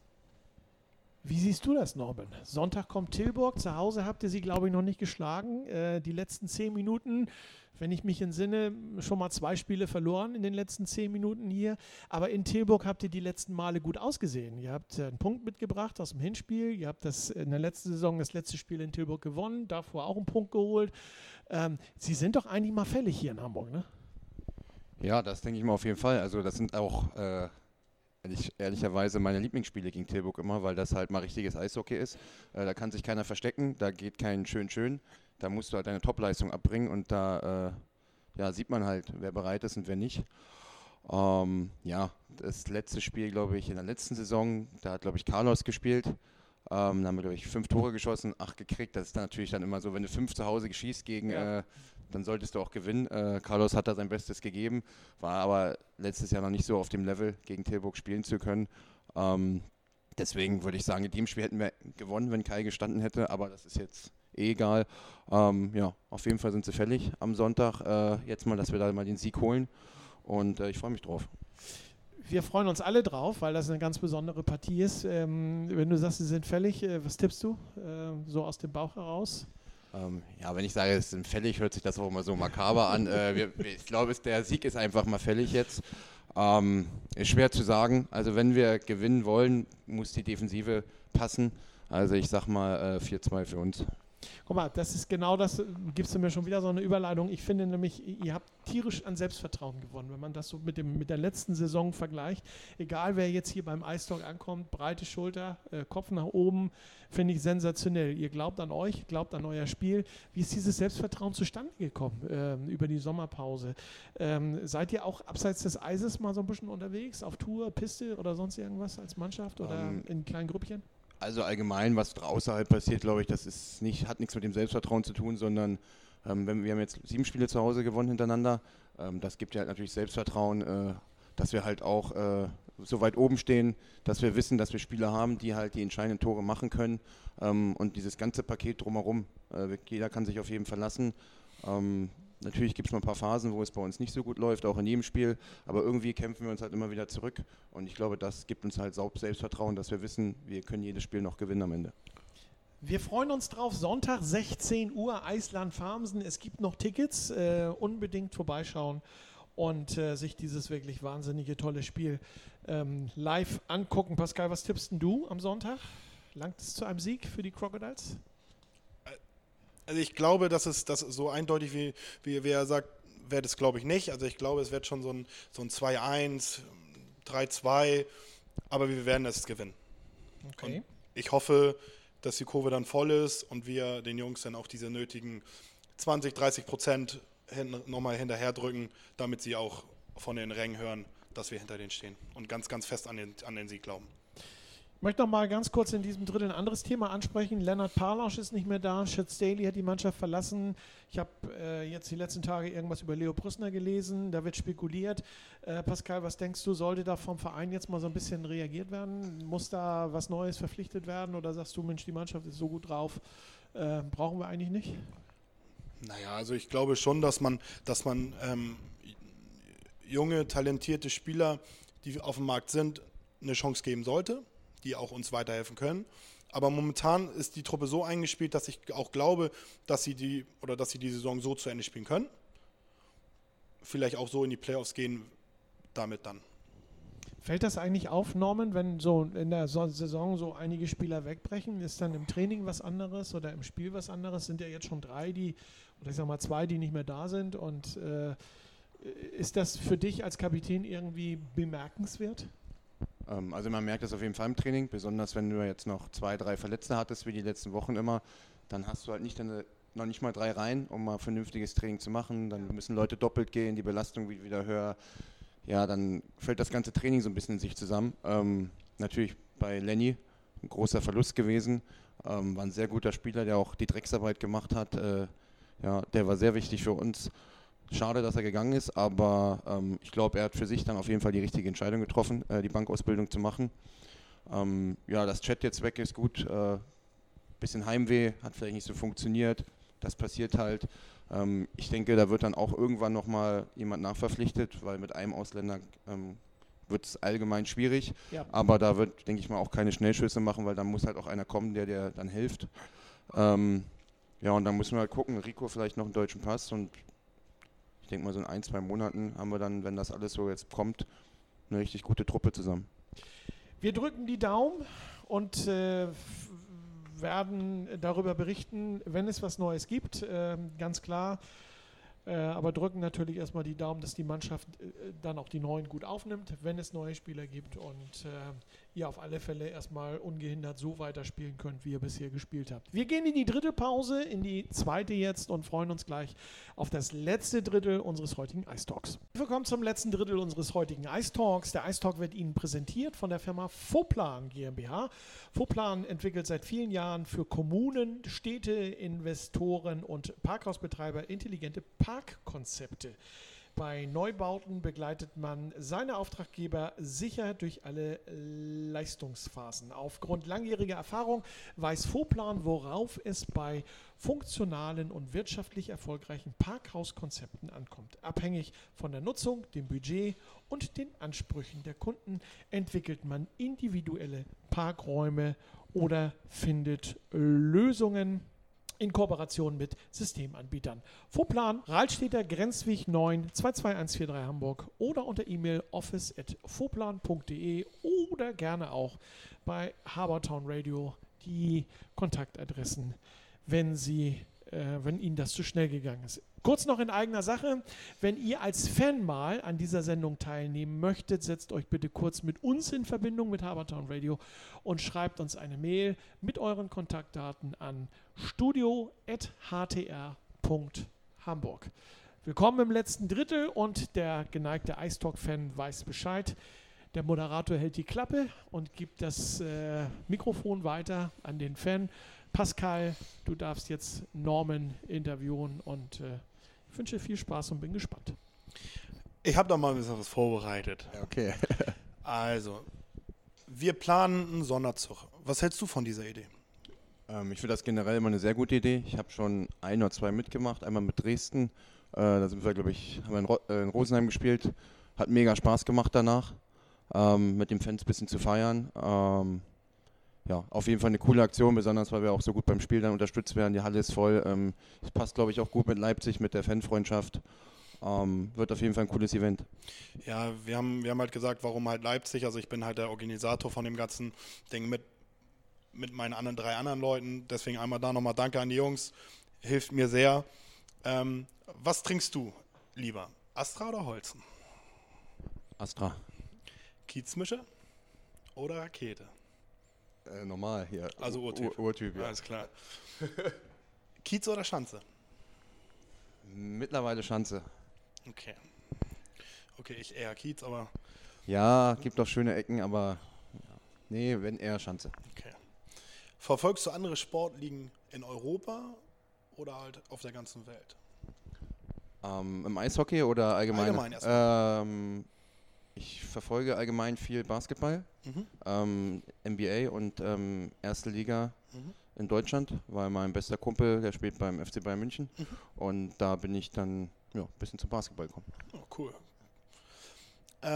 Wie siehst du das, Norman? Sonntag kommt Tilburg, zu Hause habt ihr sie, glaube ich, noch nicht geschlagen. Äh, die letzten zehn Minuten, wenn ich mich entsinne, schon mal zwei Spiele verloren in den letzten zehn Minuten hier. Aber in Tilburg habt ihr die letzten Male gut ausgesehen. Ihr habt einen Punkt mitgebracht aus dem Hinspiel. Ihr habt das in der letzten Saison das letzte Spiel in Tilburg gewonnen, davor auch einen Punkt geholt. Ähm, sie sind doch eigentlich mal fällig hier in Hamburg, ne? Ja, das denke ich mal auf jeden Fall. Also das sind auch äh, ehrlich, ehrlicherweise meine Lieblingsspiele gegen Tilburg immer, weil das halt mal richtiges Eishockey ist. Äh, da kann sich keiner verstecken, da geht kein schön-schön. Da musst du halt deine Topleistung abbringen und da äh, ja, sieht man halt, wer bereit ist und wer nicht. Ähm, ja, das letzte Spiel, glaube ich, in der letzten Saison, da hat, glaube ich, Carlos gespielt. Ähm, da haben wir, glaube ich, fünf Tore geschossen, acht gekriegt. Das ist dann natürlich dann immer so, wenn du fünf zu Hause geschießt gegen, Ja. äh, dann solltest du auch gewinnen. Äh, Carlos hat da sein Bestes gegeben, war aber letztes Jahr noch nicht so auf dem Level, gegen Tilburg spielen zu können. Ähm, deswegen würde ich sagen, in dem Spiel hätten wir gewonnen, wenn Kai gestanden hätte, aber das ist jetzt eh egal. Ähm, ja, auf jeden Fall sind sie fällig am Sonntag. Äh, jetzt mal, dass wir da mal den Sieg holen und äh, ich freue mich drauf. Wir freuen uns alle drauf, weil das eine ganz besondere Partie ist. Ähm, wenn du sagst, sie sind fällig, äh, was tippst du? Äh, so aus dem Bauch heraus? Ähm, ja, wenn ich sage, es sind fällig, hört sich das auch immer so makaber an. äh, wir, ich glaube, der Sieg ist einfach mal fällig jetzt. Ähm, ist schwer zu sagen. Also wenn wir gewinnen wollen, muss die Defensive passen. Also ich sag mal äh, vier zwei für uns. Guck mal, das ist genau das, äh, gibst du mir schon wieder so eine Überleitung. Ich finde nämlich, ihr habt tierisch an Selbstvertrauen gewonnen, wenn man das so mit, dem, mit der letzten Saison vergleicht. Egal, wer jetzt hier beim Eistalk ankommt, breite Schulter, äh, Kopf nach oben, finde ich sensationell. Ihr glaubt an euch, glaubt an euer Spiel. Wie ist dieses Selbstvertrauen zustande gekommen ähm, über die Sommerpause? Ähm, seid ihr auch abseits des Eises mal so ein bisschen unterwegs, auf Tour, Piste oder sonst irgendwas als Mannschaft oder Ähm, in kleinen Grüppchen? Also allgemein, was außerhalb passiert, glaube ich, das ist nicht, hat nichts mit dem Selbstvertrauen zu tun, sondern ähm, wenn, wir haben jetzt sieben Spiele zu Hause gewonnen hintereinander. Ähm, das gibt ja halt natürlich Selbstvertrauen, äh, dass wir halt auch äh, so weit oben stehen, dass wir wissen, dass wir Spieler haben, die halt die entscheidenden Tore machen können. Ähm, und dieses ganze Paket drumherum, äh, jeder kann sich auf jeden verlassen. Ähm, Natürlich gibt es mal ein paar Phasen, wo es bei uns nicht so gut läuft, auch in jedem Spiel, aber irgendwie kämpfen wir uns halt immer wieder zurück und ich glaube, das gibt uns halt Selbstvertrauen, dass wir wissen, wir können jedes Spiel noch gewinnen am Ende. Wir freuen uns drauf, Sonntag sechzehn Uhr, Eisland Farmsen. Es gibt noch Tickets, äh, unbedingt vorbeischauen und äh, sich dieses wirklich wahnsinnige, tolle Spiel ähm, live angucken. Pascal, was tippst denn du am Sonntag? Langt es zu einem Sieg für die Crocodiles? Also ich glaube, dass es das so eindeutig, wie, wie, wie er sagt, wird es glaube ich nicht. Also ich glaube, es wird schon so ein, so ein zwei eins, drei zwei, aber wir werden es gewinnen. Okay. Und ich hoffe, dass die Kurve dann voll ist und wir den Jungs dann auch diese nötigen zwanzig, dreißig Prozent hin, nochmal hinterher drücken, damit sie auch von den Rängen hören, dass wir hinter denen stehen und ganz, ganz fest an den, an den Sieg glauben. Ich möchte noch mal ganz kurz in diesem Drittel ein anderes Thema ansprechen. Lennart Parlasch ist nicht mehr da. Schütz Daly hat die Mannschaft verlassen. Ich habe äh, jetzt die letzten Tage irgendwas über Leo Brüssner gelesen. Da wird spekuliert. Äh, Pascal, was denkst du, sollte da vom Verein jetzt mal so ein bisschen reagiert werden? Muss da was Neues verpflichtet werden? Oder sagst du, Mensch, die Mannschaft ist so gut drauf, äh, brauchen wir eigentlich nicht? Naja, also ich glaube schon, dass man, dass man ähm, junge, talentierte Spieler, die auf dem Markt sind, eine Chance geben sollte, die auch uns weiterhelfen können. Aber momentan ist die Truppe so eingespielt, dass ich auch glaube, dass sie die oder dass sie die Saison so zu Ende spielen können. Vielleicht auch so in die Playoffs gehen, damit dann. Fällt das eigentlich auf, Norman, wenn so in der Saison so einige Spieler wegbrechen? Ist dann im Training was anderes oder im Spiel was anderes? Sind ja jetzt schon drei, die, oder ich sag mal zwei, die nicht mehr da sind. Und äh, ist das für dich als Kapitän irgendwie bemerkenswert? Ähm, also man merkt das auf jeden Fall im Training, besonders wenn du jetzt noch zwei, drei Verletzte hattest, wie die letzten Wochen immer, dann hast du halt nicht deine, noch nicht mal drei Reihen, um mal vernünftiges Training zu machen. Dann müssen Leute doppelt gehen, die Belastung wird wieder höher. Ja, dann fällt das ganze Training so ein bisschen in sich zusammen. Ähm, natürlich bei Lenny ein großer Verlust gewesen. Ähm, war ein sehr guter Spieler, der auch die Drecksarbeit gemacht hat. Äh, ja, der war sehr wichtig für uns. Schade, dass er gegangen ist, aber ähm, ich glaube, er hat für sich dann auf jeden Fall die richtige Entscheidung getroffen, äh, die Bankausbildung zu machen. Ähm, ja, dass Chat jetzt weg ist, gut. Äh, bisschen Heimweh, hat vielleicht nicht so funktioniert. Das passiert halt. Ähm, ich denke, da wird dann auch irgendwann nochmal jemand nachverpflichtet, weil mit einem Ausländer ähm, wird es allgemein schwierig. Ja. Aber da wird, denke ich mal, auch keine Schnellschüsse machen, weil dann muss halt auch einer kommen, der dir dann hilft. Ähm, ja, und dann müssen wir halt gucken, Rico vielleicht noch einen deutschen Pass und ich denke mal, so in ein, zwei Monaten haben wir dann, wenn das alles so jetzt kommt, eine richtig gute Truppe zusammen. Wir drücken die Daumen und äh, f- werden darüber berichten, wenn es was Neues gibt, äh, ganz klar. Äh, aber drücken natürlich erstmal die Daumen, dass die Mannschaft äh, dann auch die Neuen gut aufnimmt, wenn es neue Spieler gibt und äh, ihr auf alle Fälle erstmal ungehindert so weiterspielen könnt, wie ihr bisher gespielt habt. Wir gehen in die dritte Pause, in die zweite jetzt und freuen uns gleich auf das letzte Drittel unseres heutigen Ice Talks. Willkommen zum letzten Drittel unseres heutigen Ice Talks. Der Ice Talk wird Ihnen präsentiert von der Firma Foplan GmbH. Foplan entwickelt seit vielen Jahren für Kommunen, Städte, Investoren und Parkhausbetreiber intelligente Parkkonzepte. Bei Neubauten begleitet man seine Auftraggeber sicher durch alle Leistungsphasen. Aufgrund langjähriger Erfahrung weiß Foplan, worauf es bei funktionalen und wirtschaftlich erfolgreichen Parkhauskonzepten ankommt. Abhängig von der Nutzung, dem Budget und den Ansprüchen der Kunden entwickelt man individuelle Parkräume oder findet Lösungen in Kooperation mit Systemanbietern. Foplan, Rahlstedter Grenzweg neun zwei zwei eins vier drei Hamburg oder unter E-Mail office at foplan punkt de oder gerne auch bei Habertown Radio die Kontaktadressen, wenn Sie, äh, wenn Ihnen das zu schnell gegangen ist. Kurz noch in eigener Sache, wenn ihr als Fan mal an dieser Sendung teilnehmen möchtet, setzt euch bitte kurz mit uns in Verbindung mit Habertown Radio und schreibt uns eine Mail mit euren Kontaktdaten an studio at h t r punkt hamburg. Willkommen im letzten Drittel und der geneigte Ice Talk-Fan weiß Bescheid. Der Moderator hält die Klappe und gibt das äh, Mikrofon weiter an den Fan. Pascal, du darfst jetzt Norman interviewen und äh, ich wünsche dir viel Spaß und bin gespannt. Ich habe da mal ein bisschen was vorbereitet. Okay. Also, wir planen einen Sonderzug. Was hältst du von dieser Idee? Ähm, ich finde das generell immer eine sehr gute Idee. Ich habe schon ein oder zwei mitgemacht, einmal mit Dresden. Äh, da sind wir, glaube ich, haben wir in, Ro- äh, in Rosenheim gespielt. Hat mega Spaß gemacht danach, ähm, mit den Fans ein bisschen zu feiern. Ähm, Ja, auf jeden Fall eine coole Aktion, besonders weil wir auch so gut beim Spiel dann unterstützt werden. Die Halle ist voll. Ähm, es passt, glaube ich, auch gut mit Leipzig, mit der Fanfreundschaft. Ähm, wird auf jeden Fall ein cooles Event. Ja, wir haben, wir haben halt gesagt, warum halt Leipzig. Also ich bin halt der Organisator von dem ganzen Ding mit, mit meinen anderen drei anderen Leuten. Deswegen einmal da nochmal Danke an die Jungs. Hilft mir sehr. Ähm, was trinkst du lieber? Astra oder Holzen? Astra. Kiezmische oder Rakete? Äh, normal hier. Also Urtyp. Ur- Urtyp, ja. Alles klar. Kiez oder Schanze? Mittlerweile Schanze. Okay. Okay, ich eher Kiez, aber Ja, gibt auch schöne Ecken, aber ja. Nee, wenn eher Schanze. okay. Verfolgst du andere Sportligen in Europa oder halt auf der ganzen Welt? Ähm, Im Eishockey oder allgemein? Allgemein erstmal. Ähm, ich verfolge allgemein viel Basketball, Mhm. ähm, N B A und ähm, erste Liga Mhm. in Deutschland, weil mein bester Kumpel, der spielt beim F C Bayern München Mhm. und da bin ich dann ja, ein bisschen zum Basketball gekommen. Oh, cool.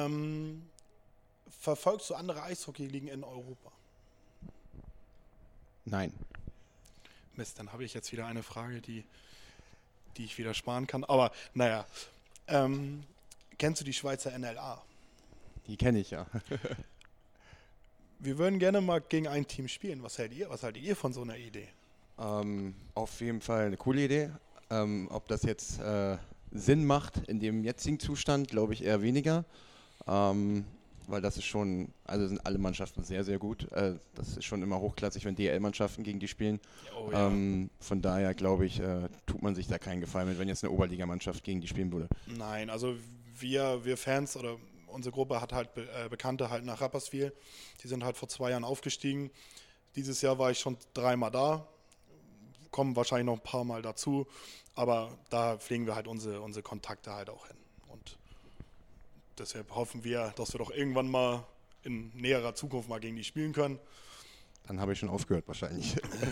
Ähm, verfolgst du andere Eishockey-Ligen in Europa? Nein. Mist, dann habe ich jetzt wieder eine Frage, die, die ich wieder sparen kann. Aber naja, ähm, kennst du die Schweizer N L A? Die kenne ich, ja. Wir würden gerne mal gegen ein Team spielen. Was haltet ihr? Was haltet ihr von so einer Idee? Ähm, auf jeden Fall eine coole Idee. Ähm, ob das jetzt äh, Sinn macht in dem jetzigen Zustand, glaube ich eher weniger. Ähm, weil das ist schon, also sind alle Mannschaften sehr, sehr gut. Äh, das ist schon immer hochklassig, wenn D L-Mannschaften gegen die spielen. Oh, ja. ähm, von daher, glaube ich, äh, tut man sich da keinen Gefallen mit, wenn jetzt eine Oberligamannschaft gegen die spielen würde. Nein, also wir, wir Fans oder unsere Gruppe hat halt Be äh, Bekannte halt nach Rapperswil. Die sind halt vor zwei Jahren aufgestiegen. Dieses Jahr war ich schon dreimal da. Kommen wahrscheinlich noch ein paar Mal dazu. Aber da pflegen wir halt unsere, unsere Kontakte halt auch hin. Und deshalb hoffen wir, dass wir doch irgendwann mal in näherer Zukunft mal gegen die spielen können. Dann habe ich schon aufgehört wahrscheinlich.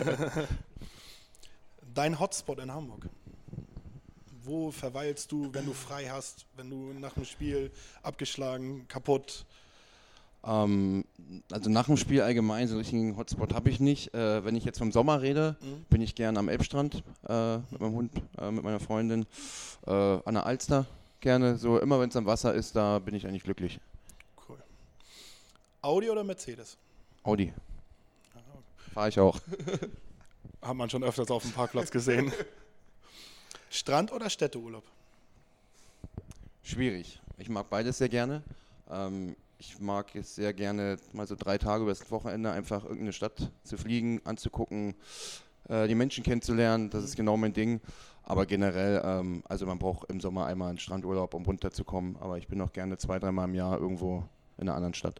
Dein Hotspot in Hamburg. Wo verweilst du, wenn du frei hast, wenn du nach dem Spiel abgeschlagen, kaputt? Ähm, also nach dem Spiel allgemein, so einen richtigen Hotspot habe ich nicht. Äh, wenn ich jetzt vom Sommer rede, mhm. bin ich gern am Elbstrand äh, mit meinem Hund, äh, mit meiner Freundin, äh, an der Alster gerne. So immer wenn es am Wasser ist, da bin ich eigentlich glücklich. Cool. Audi oder Mercedes? Audi. Fahre ich auch. Hat man schon öfters auf dem Parkplatz gesehen. Strand- oder Städteurlaub? Schwierig. Ich mag beides sehr gerne. Ähm, ich mag es sehr gerne, mal so drei Tage über das Wochenende einfach irgendeine Stadt zu fliegen, anzugucken, äh, die Menschen kennenzulernen. Das ist genau mein Ding. Aber generell, ähm, also man braucht im Sommer einmal einen Strandurlaub, um runterzukommen. Aber ich bin auch gerne zwei, dreimal im Jahr irgendwo in einer anderen Stadt.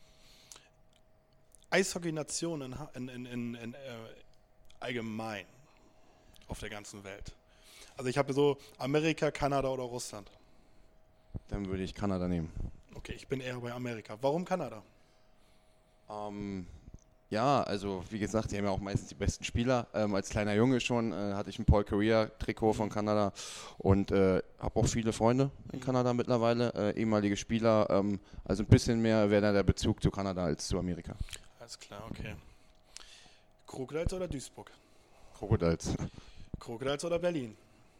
Eishockey-Nation in, in, in, in, in äh, allgemein auf der ganzen Welt. Also ich habe so Amerika, Kanada oder Russland. Dann würde ich Kanada nehmen. Okay, ich bin eher bei Amerika. Warum Kanada? Ähm, ja, also wie gesagt, die haben ja auch meistens die besten Spieler. Ähm, als kleiner Junge schon äh, hatte ich ein Paul Kariya-Trikot von Kanada und äh, habe auch viele Freunde in Kanada mittlerweile, äh, ehemalige Spieler. Ähm, also ein bisschen mehr wäre da der Bezug zu Kanada als zu Amerika. Alles klar, okay. Crocodiles oder Duisburg? Crocodiles. Crocodiles oder Berlin?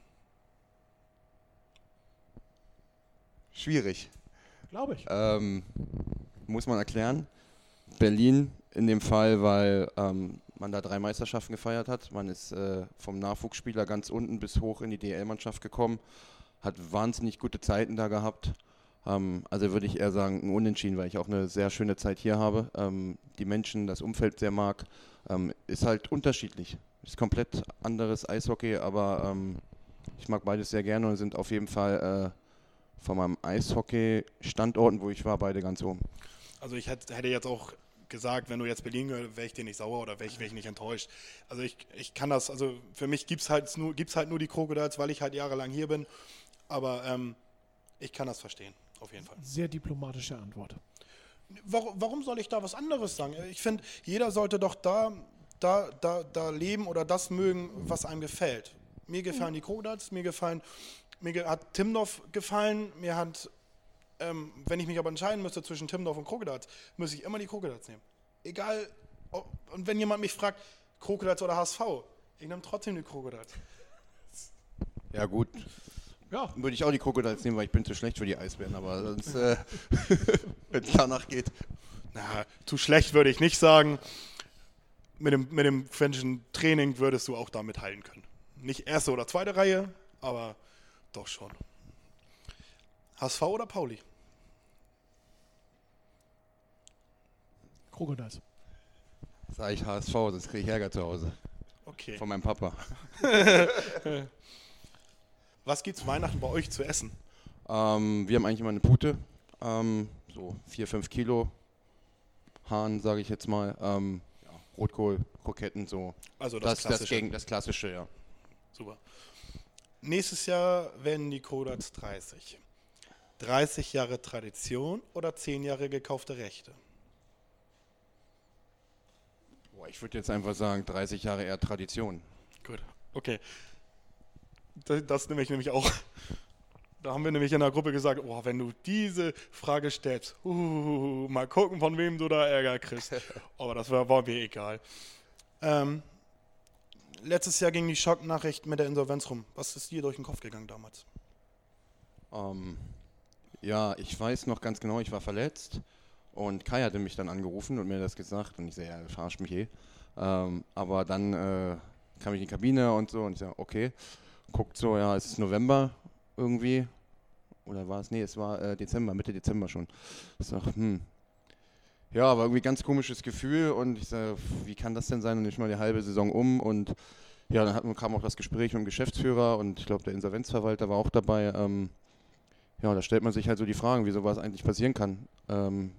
Schwierig. Glaube ich. Ähm, muss man erklären. Berlin in dem Fall, weil ähm, man da drei Meisterschaften gefeiert hat. Man ist äh, vom Nachwuchsspieler ganz unten bis hoch in die D L-Mannschaft gekommen. Hat wahnsinnig gute Zeiten da gehabt. Ähm, also würde ich eher sagen, ein Unentschieden, weil ich auch eine sehr schöne Zeit hier habe. Ähm, die Menschen, das Umfeld sehr mag. Ähm, ist halt unterschiedlich. Ist komplett anderes Eishockey, aber ähm, ich mag beides sehr gerne und sind auf jeden Fall äh, von meinem Eishockey-Standorten, wo ich war, beide ganz oben. Also ich hätte, hätte jetzt auch gesagt, wenn du jetzt Berlin gehört, wäre ich dir nicht sauer oder wäre ich, wär ich nicht enttäuscht. Also ich, ich kann das, also für mich gibt es halt, nur, gibt's halt nur die Crocodiles, weil ich halt jahrelang hier bin. Aber ähm, ich kann das verstehen, auf jeden Fall. Sehr diplomatische Antwort. Warum, warum soll ich da was anderes sagen? Ich finde, jeder sollte doch da, da, da, da leben oder das mögen, was einem gefällt. Mir gefallen die Crocodiles, mir gefallen... Mir hat Timdorf gefallen, mir hat, ähm, wenn ich mich aber entscheiden müsste zwischen Timdorf und Crocodiles, müsste ich immer die Crocodiles nehmen. Egal, ob, und wenn jemand mich fragt, Crocodiles oder H S V, ich nehme trotzdem die Crocodiles. Ja gut, ja. Würde ich auch die Crocodiles nehmen, weil ich bin zu schlecht für die Eisbären, aber sonst, äh, wenn es danach geht. Na, zu schlecht würde ich nicht sagen. Mit dem, mit dem quäntischen Training würdest du auch da mithalten können. Nicht erste oder zweite Reihe, aber... Doch schon. H S V oder Pauli? Crocodiles. Sag ich H S V, sonst kriege ich Ärger zu Hause. Okay. Von meinem Papa. Was gibt's Weihnachten bei euch zu essen? Ähm, wir haben eigentlich immer eine Pute. Ähm, so vier, fünf Kilo Hahn, sage ich jetzt mal. Ähm, ja, Rotkohl, Kroketten, so. Also das, das Klassische. Das, gegen, das Klassische, ja. Super. Nächstes Jahr werden die Crocodiles dreißig. dreißig Jahre Tradition oder zehn Jahre gekaufte Rechte? Boah, ich würde jetzt einfach sagen, dreißig Jahre eher Tradition. Gut, okay. Das, das nehme ich nämlich auch. Da haben wir nämlich in der Gruppe gesagt, oh, wenn du diese Frage stellst, uh, mal gucken, von wem du da Ärger kriegst. Aber das war, war mir egal. Ähm, letztes Jahr ging die Schocknachricht mit der Insolvenz rum. Was ist dir durch den Kopf gegangen damals? Ähm, ja, ich weiß noch ganz genau, ich war verletzt und Kai hatte mich dann angerufen und mir das gesagt und ich so, ja, verarscht mich eh. Ähm, aber dann äh, kam ich in die Kabine und so und ich so, okay, guckt so, ja, es ist November irgendwie. Oder war es? Nee, es war äh, Dezember, Mitte Dezember schon. Ich sag, hm. Ja, war irgendwie ein ganz komisches Gefühl und ich sage, wie kann das denn sein und nicht mal die halbe Saison um und ja, dann hatten, kam auch das Gespräch mit dem Geschäftsführer und ich glaube der Insolvenzverwalter war auch dabei. Ähm, ja, da stellt man sich halt so die Fragen, wie sowas eigentlich passieren kann. Ähm,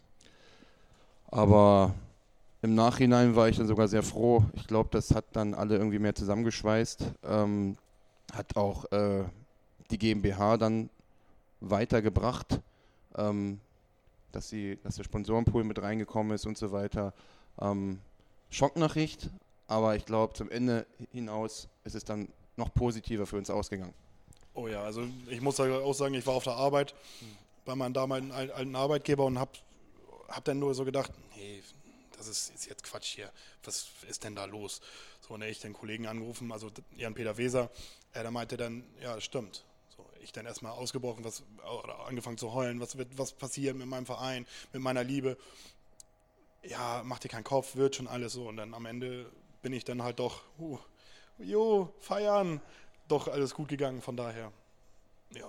aber im Nachhinein war ich dann sogar sehr froh. Ich glaube, das hat dann alle irgendwie mehr zusammengeschweißt. Ähm, hat auch äh, die GmbH dann weitergebracht. Ähm, dass, sie, dass der Sponsorenpool mit reingekommen ist und so weiter. Ähm, Schocknachricht, aber ich glaube, zum Ende hinaus ist es dann noch positiver für uns ausgegangen. Oh ja, also ich muss auch sagen, ich war auf der Arbeit mhm. bei meinem damaligen alten Arbeitgeber und habe hab dann nur so gedacht, nee, das ist, ist jetzt Quatsch hier, was ist denn da los? So, und ich den Kollegen angerufen, also Jan-Peter Weser, er meinte dann, ja, stimmt. Ich dann erstmal ausgebrochen, was, oder angefangen zu heulen, was wird, was passiert mit meinem Verein, mit meiner Liebe. Ja, mach dir keinen Kopf, wird schon alles so. Und dann am Ende bin ich dann halt doch, uh, jo, feiern, doch alles gut gegangen, von daher, ja.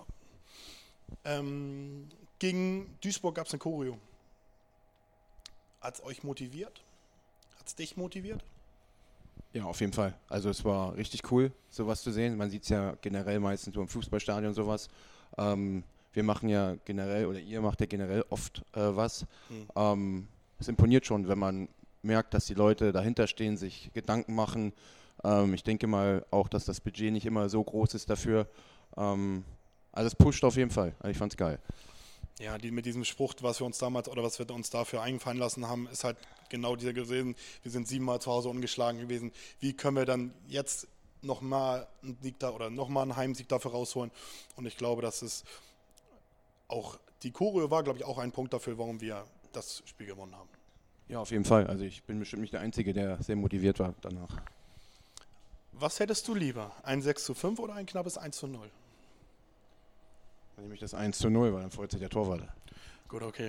Ähm, gegen Duisburg gab es eine Choreo. Hat es euch motiviert? Hat es dich motiviert? Ja, auf jeden Fall. Also es war richtig cool, sowas zu sehen. Man sieht es ja generell meistens so im Fußballstadion sowas. Ähm, wir machen ja generell, oder ihr macht ja generell oft äh, was. Mhm. Ähm, es imponiert schon, wenn man merkt, dass die Leute dahinter stehen, sich Gedanken machen. Ähm, ich denke mal auch, dass das Budget nicht immer so groß ist dafür. Ähm, also es pusht auf jeden Fall. Also ich fand's geil. Ja, die, mit diesem Spruch, was wir uns damals oder was wir uns dafür eingefallen lassen haben, ist halt genau dieser gewesen. Wir sind siebenmal zu Hause ungeschlagen gewesen. Wie können wir dann jetzt nochmal einen Sieg da oder nochmal einen Heimsieg dafür rausholen? Und ich glaube, dass es auch die Choreo war, glaube ich, auch ein Punkt dafür, warum wir das Spiel gewonnen haben. Ja, auf jeden Fall. Also ich bin bestimmt nicht der Einzige, der sehr motiviert war danach. Was hättest du lieber? Ein sechs zu fünf oder ein knappes eins zu null? Dann nehme ich das eins zu null, weil dann freut sich der Torwart. Gut, okay.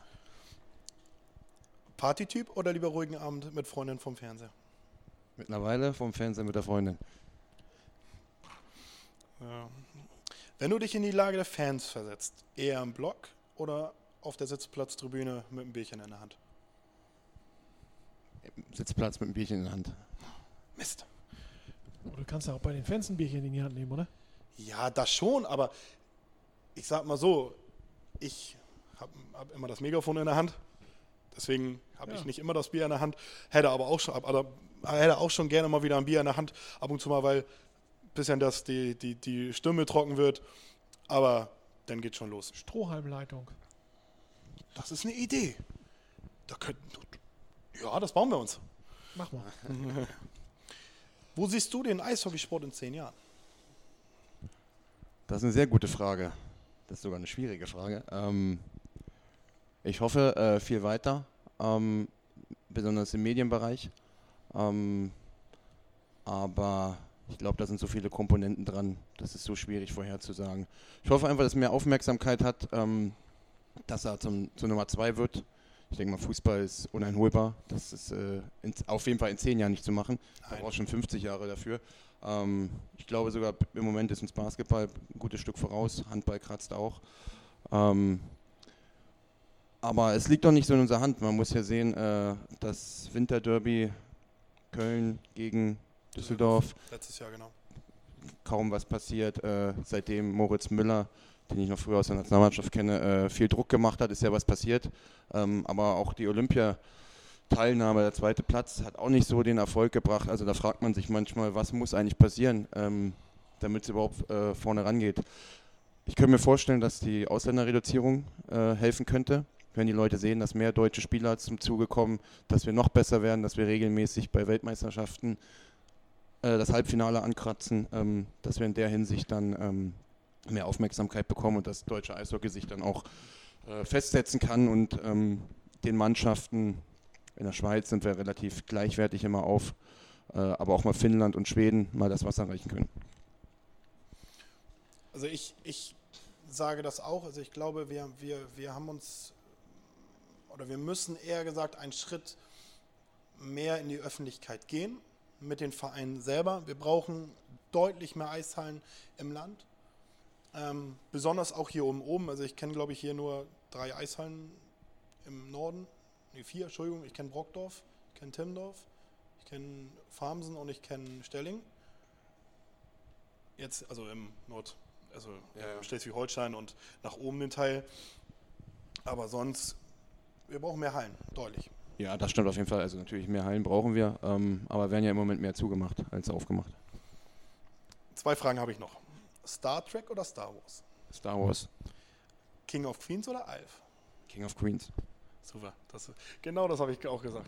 Partytyp oder lieber ruhigen Abend mit Freundin vom Fernseher? Mittlerweile vom Fernseher mit der Freundin. Ja. Wenn du dich in die Lage der Fans versetzt, eher im Block oder auf der Sitzplatztribüne mit einem Bierchen in der Hand? Sitzplatz mit einem Bierchen in der Hand. Mist. Oh, du kannst ja auch bei den Fans ein Bierchen in die Hand nehmen, oder? Ja, das schon, aber ich sag mal so, ich habe hab immer das Megafon in der Hand, deswegen habe ja. ich nicht immer das Bier in der Hand, hätte aber auch schon, aber, hätte auch schon gerne mal wieder ein Bier in der Hand, ab und zu mal, weil ein bisschen dass die, die, die Stimme trocken wird, aber dann geht schon los. Strohhalmleitung. Das ist eine Idee. Da könnten, ja, das bauen wir uns. Mach mal. Wo siehst du den Eishockeysport in zehn Jahren? Das ist eine sehr gute Frage. Das ist sogar eine schwierige Frage. Ähm, ich hoffe äh, viel weiter, ähm, besonders im Medienbereich. Ähm, aber ich glaube, da sind so viele Komponenten dran, das ist so schwierig vorherzusagen. Ich hoffe einfach, dass er mehr Aufmerksamkeit hat, ähm, dass er zum, zur Nummer zwei wird. Ich denke mal, Fußball ist uneinholbar. Das ist äh, in, auf jeden Fall in zehn Jahren nicht zu machen. Da braucht schon fünfzig Jahre dafür. Ähm, ich glaube sogar, im Moment ist uns Basketball ein gutes Stück voraus. Handball kratzt auch. Ähm, aber es liegt doch nicht so in unserer Hand. Man muss ja sehen, äh, das Winterderby Köln gegen Düsseldorf. Letztes Jahr, genau. Kaum was passiert. Äh, seitdem Moritz Müller, den ich noch früher aus der Nationalmannschaft kenne, äh, viel Druck gemacht hat, ist ja was passiert. Ähm, aber auch die Olympia-Teilnahme, der zweite Platz, hat auch nicht so den Erfolg gebracht. Also da fragt man sich manchmal, was muss eigentlich passieren, ähm, damit es überhaupt äh, vorne rangeht. Ich könnte mir vorstellen, dass die Ausländerreduzierung äh, helfen könnte, wenn die Leute sehen, dass mehr deutsche Spieler zum Zuge kommen, dass wir noch besser werden, dass wir regelmäßig bei Weltmeisterschaften äh, das Halbfinale ankratzen, ähm, dass wir in der Hinsicht dann ähm, mehr Aufmerksamkeit bekommen und das deutsche Eishockey sich dann auch äh, festsetzen kann und ähm, den Mannschaften In der Schweiz sind wir relativ gleichwertig immer auf, äh, aber auch mal Finnland und Schweden mal das Wasser reichen können. Also ich, ich sage das auch. Also ich glaube, wir, wir, wir haben uns, oder wir müssen eher gesagt einen Schritt mehr in die Öffentlichkeit gehen mit den Vereinen selber. Wir brauchen deutlich mehr Eishallen im Land. Ähm, besonders auch hier oben oben. Also ich kenne, glaube ich, hier nur drei Eishallen im Norden. Ne, vier, Entschuldigung. Ich kenne Brockdorf, ich kenne Timmendorf, ich kenne Farmsen und ich kenne Stelling. Jetzt, also im Nord, also ja, Schleswig-Holstein und nach oben den Teil. Aber sonst, wir brauchen mehr Hallen, deutlich. Ja, das stimmt auf jeden Fall. Also natürlich mehr Hallen brauchen wir, ähm, aber werden ja im Moment mehr zugemacht als aufgemacht. Zwei Fragen habe ich noch. Star Trek oder Star Wars? Star Wars. King of Queens oder Alf? King of Queens. Super. Das, genau das habe ich auch gesagt.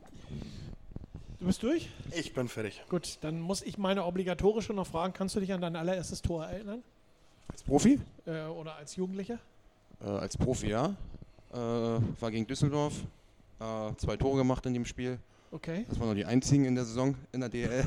Du bist durch? Ich bin fertig. Gut, dann muss ich meine obligatorische noch fragen. Kannst du dich an dein allererstes Tor erinnern? Als Profi? Äh, oder als Jugendlicher? Äh, als Profi, ja. Äh, war gegen Düsseldorf. Äh, zwei Tore gemacht in dem Spiel. Okay. Das waren noch die einzigen in der Saison in der D L.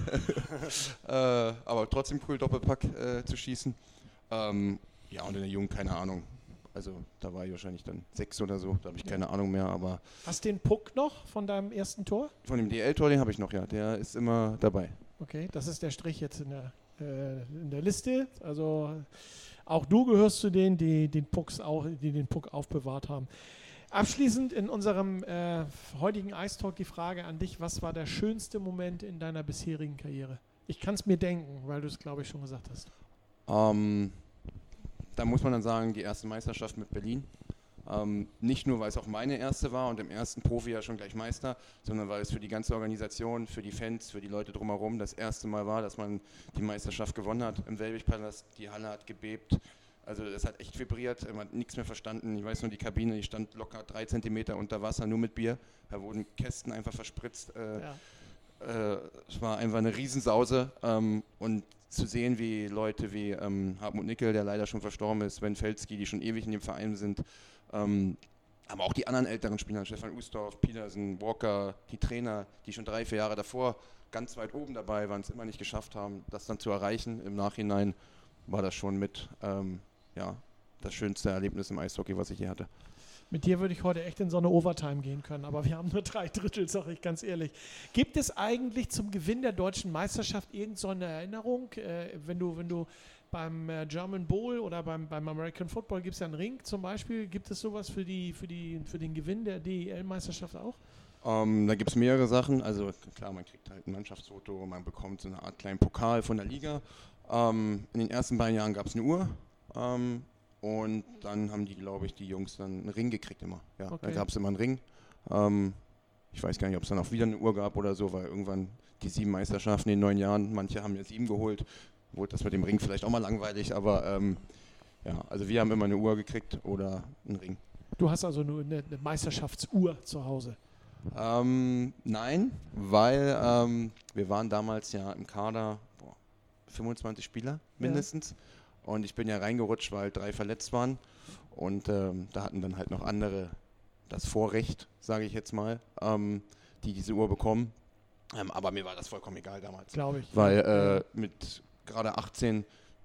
äh, aber trotzdem cool, Doppelpack äh, zu schießen. Ähm, ja, und in der Jugend keine Ahnung. Also da war ich wahrscheinlich dann sechs oder so, da habe ich ja. keine Ahnung mehr. Aber hast du den Puck noch von deinem ersten Tor? Von dem D L-Tor, den habe ich noch, ja. Der ist immer dabei. Okay, das ist der Strich jetzt in der, äh, in der Liste. Also auch du gehörst zu denen, die den, Pucks auch, die den Puck aufbewahrt haben. Abschließend in unserem äh, heutigen Ice Talk die Frage an dich, was war der schönste Moment in deiner bisherigen Karriere? Ich kann es mir denken, weil du es, glaube ich, schon gesagt hast. Ähm, da muss man dann sagen, die erste Meisterschaft mit Berlin. Ähm, nicht nur, weil es auch meine erste war und im ersten Profi ja schon gleich Meister, sondern weil es für die ganze Organisation, für die Fans, für die Leute drumherum das erste Mal war, dass man die Meisterschaft gewonnen hat im Wellwig-Palast. Die Halle hat gebebt. Also es hat echt vibriert, man hat nichts mehr verstanden. Ich weiß nur, die Kabine, die stand locker drei Zentimeter unter Wasser, nur mit Bier. Da wurden Kästen einfach verspritzt. Äh, ja. äh, es war einfach eine Riesensause. Ähm, und zu sehen, wie Leute wie ähm, Hartmut Nickel, der leider schon verstorben ist, Sven Felski, die schon ewig in dem Verein sind, ähm, aber auch die anderen älteren Spieler, Stefan Ustorf, Petersen, Walker, die Trainer, die schon drei, vier Jahre davor ganz weit oben dabei waren, es immer nicht geschafft haben, das dann zu erreichen. Im Nachhinein war das schon mit ähm, ja, das schönste Erlebnis im Eishockey, was ich je hatte. Mit dir würde ich heute echt in so eine Overtime gehen können, aber wir haben nur drei Drittel, sage ich ganz ehrlich. Gibt es eigentlich zum Gewinn der deutschen Meisterschaft irgend so eine Erinnerung, äh, wenn du, wenn du beim äh, German Bowl oder beim, beim American Football gibt es ja einen Ring zum Beispiel, gibt es sowas für, die, für, die, für den Gewinn der D E L-Meisterschaft auch? Um, da gibt es mehrere Sachen, also klar, man kriegt halt ein Mannschaftsfoto, man bekommt so eine Art kleinen Pokal von der Liga. Um, in den ersten beiden Jahren gab es eine Uhr. Um, Und dann haben die, glaube ich, die Jungs dann einen Ring gekriegt immer. Ja, okay. Da gab es immer einen Ring. Ähm, ich weiß gar nicht, ob es dann auch wieder eine Uhr gab oder so, weil irgendwann die sieben Meisterschaften in neun Jahren, manche haben ja sieben geholt, wurde das mit dem Ring vielleicht auch mal langweilig, aber ähm, ja, also wir haben immer eine Uhr gekriegt oder einen Ring. Du hast also nur eine, eine Meisterschaftsuhr zu Hause? Ähm, nein, weil ähm, wir waren damals ja im Kader boah, fünfundzwanzig Spieler mindestens. Ja. Und ich bin ja reingerutscht, weil drei verletzt waren. Und ähm, da hatten dann halt noch andere das Vorrecht, sage ich jetzt mal, ähm, die diese Uhr bekommen. Ähm, aber mir war das vollkommen egal damals. Glaube ich. Weil äh, mit gerade achtzehn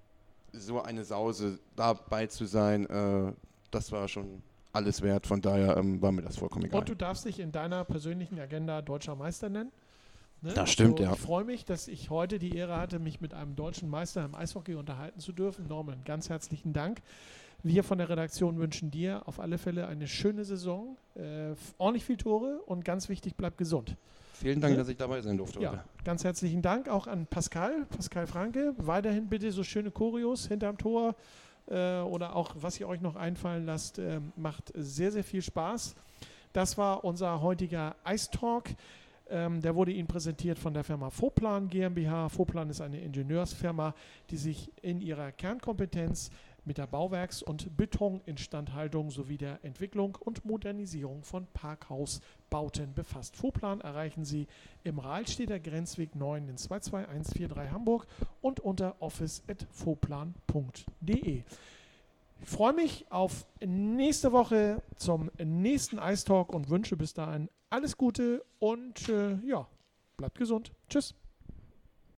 so eine Sause dabei zu sein, äh, das war schon alles wert. Von daher ähm, war mir das vollkommen egal. Und du darfst dich in deiner persönlichen Agenda Deutscher Meister nennen? Ne? Das stimmt, also, ja. Ich freue mich, dass ich heute die Ehre hatte, mich mit einem deutschen Meister im Eishockey unterhalten zu dürfen. Norman, ganz herzlichen Dank. Wir von der Redaktion wünschen dir auf alle Fälle eine schöne Saison, äh, ordentlich viel Tore und ganz wichtig, bleib gesund. Vielen Dank, ja? dass ich dabei sein durfte ja, heute. Ganz herzlichen Dank auch an Pascal, Pascal Franke. Weiterhin bitte so schöne Choreos hinterm Tor äh, oder auch, was ihr euch noch einfallen lasst, äh, macht sehr, sehr viel Spaß. Das war unser heutiger Ice Talk. Ähm, der wurde Ihnen präsentiert von der Firma Foplan GmbH. Foplan ist eine Ingenieursfirma, die sich in ihrer Kernkompetenz mit der Bauwerks- und Betoninstandhaltung sowie der Entwicklung und Modernisierung von Parkhausbauten befasst. Foplan erreichen Sie im Rahlstedter Grenzweg neun in zwei zwei eins vier drei Hamburg und unter office at foplan punkt de. Ich freue mich auf nächste Woche zum nächsten Ice Talk und wünsche bis dahin alles Gute und äh, ja, bleibt gesund. Tschüss.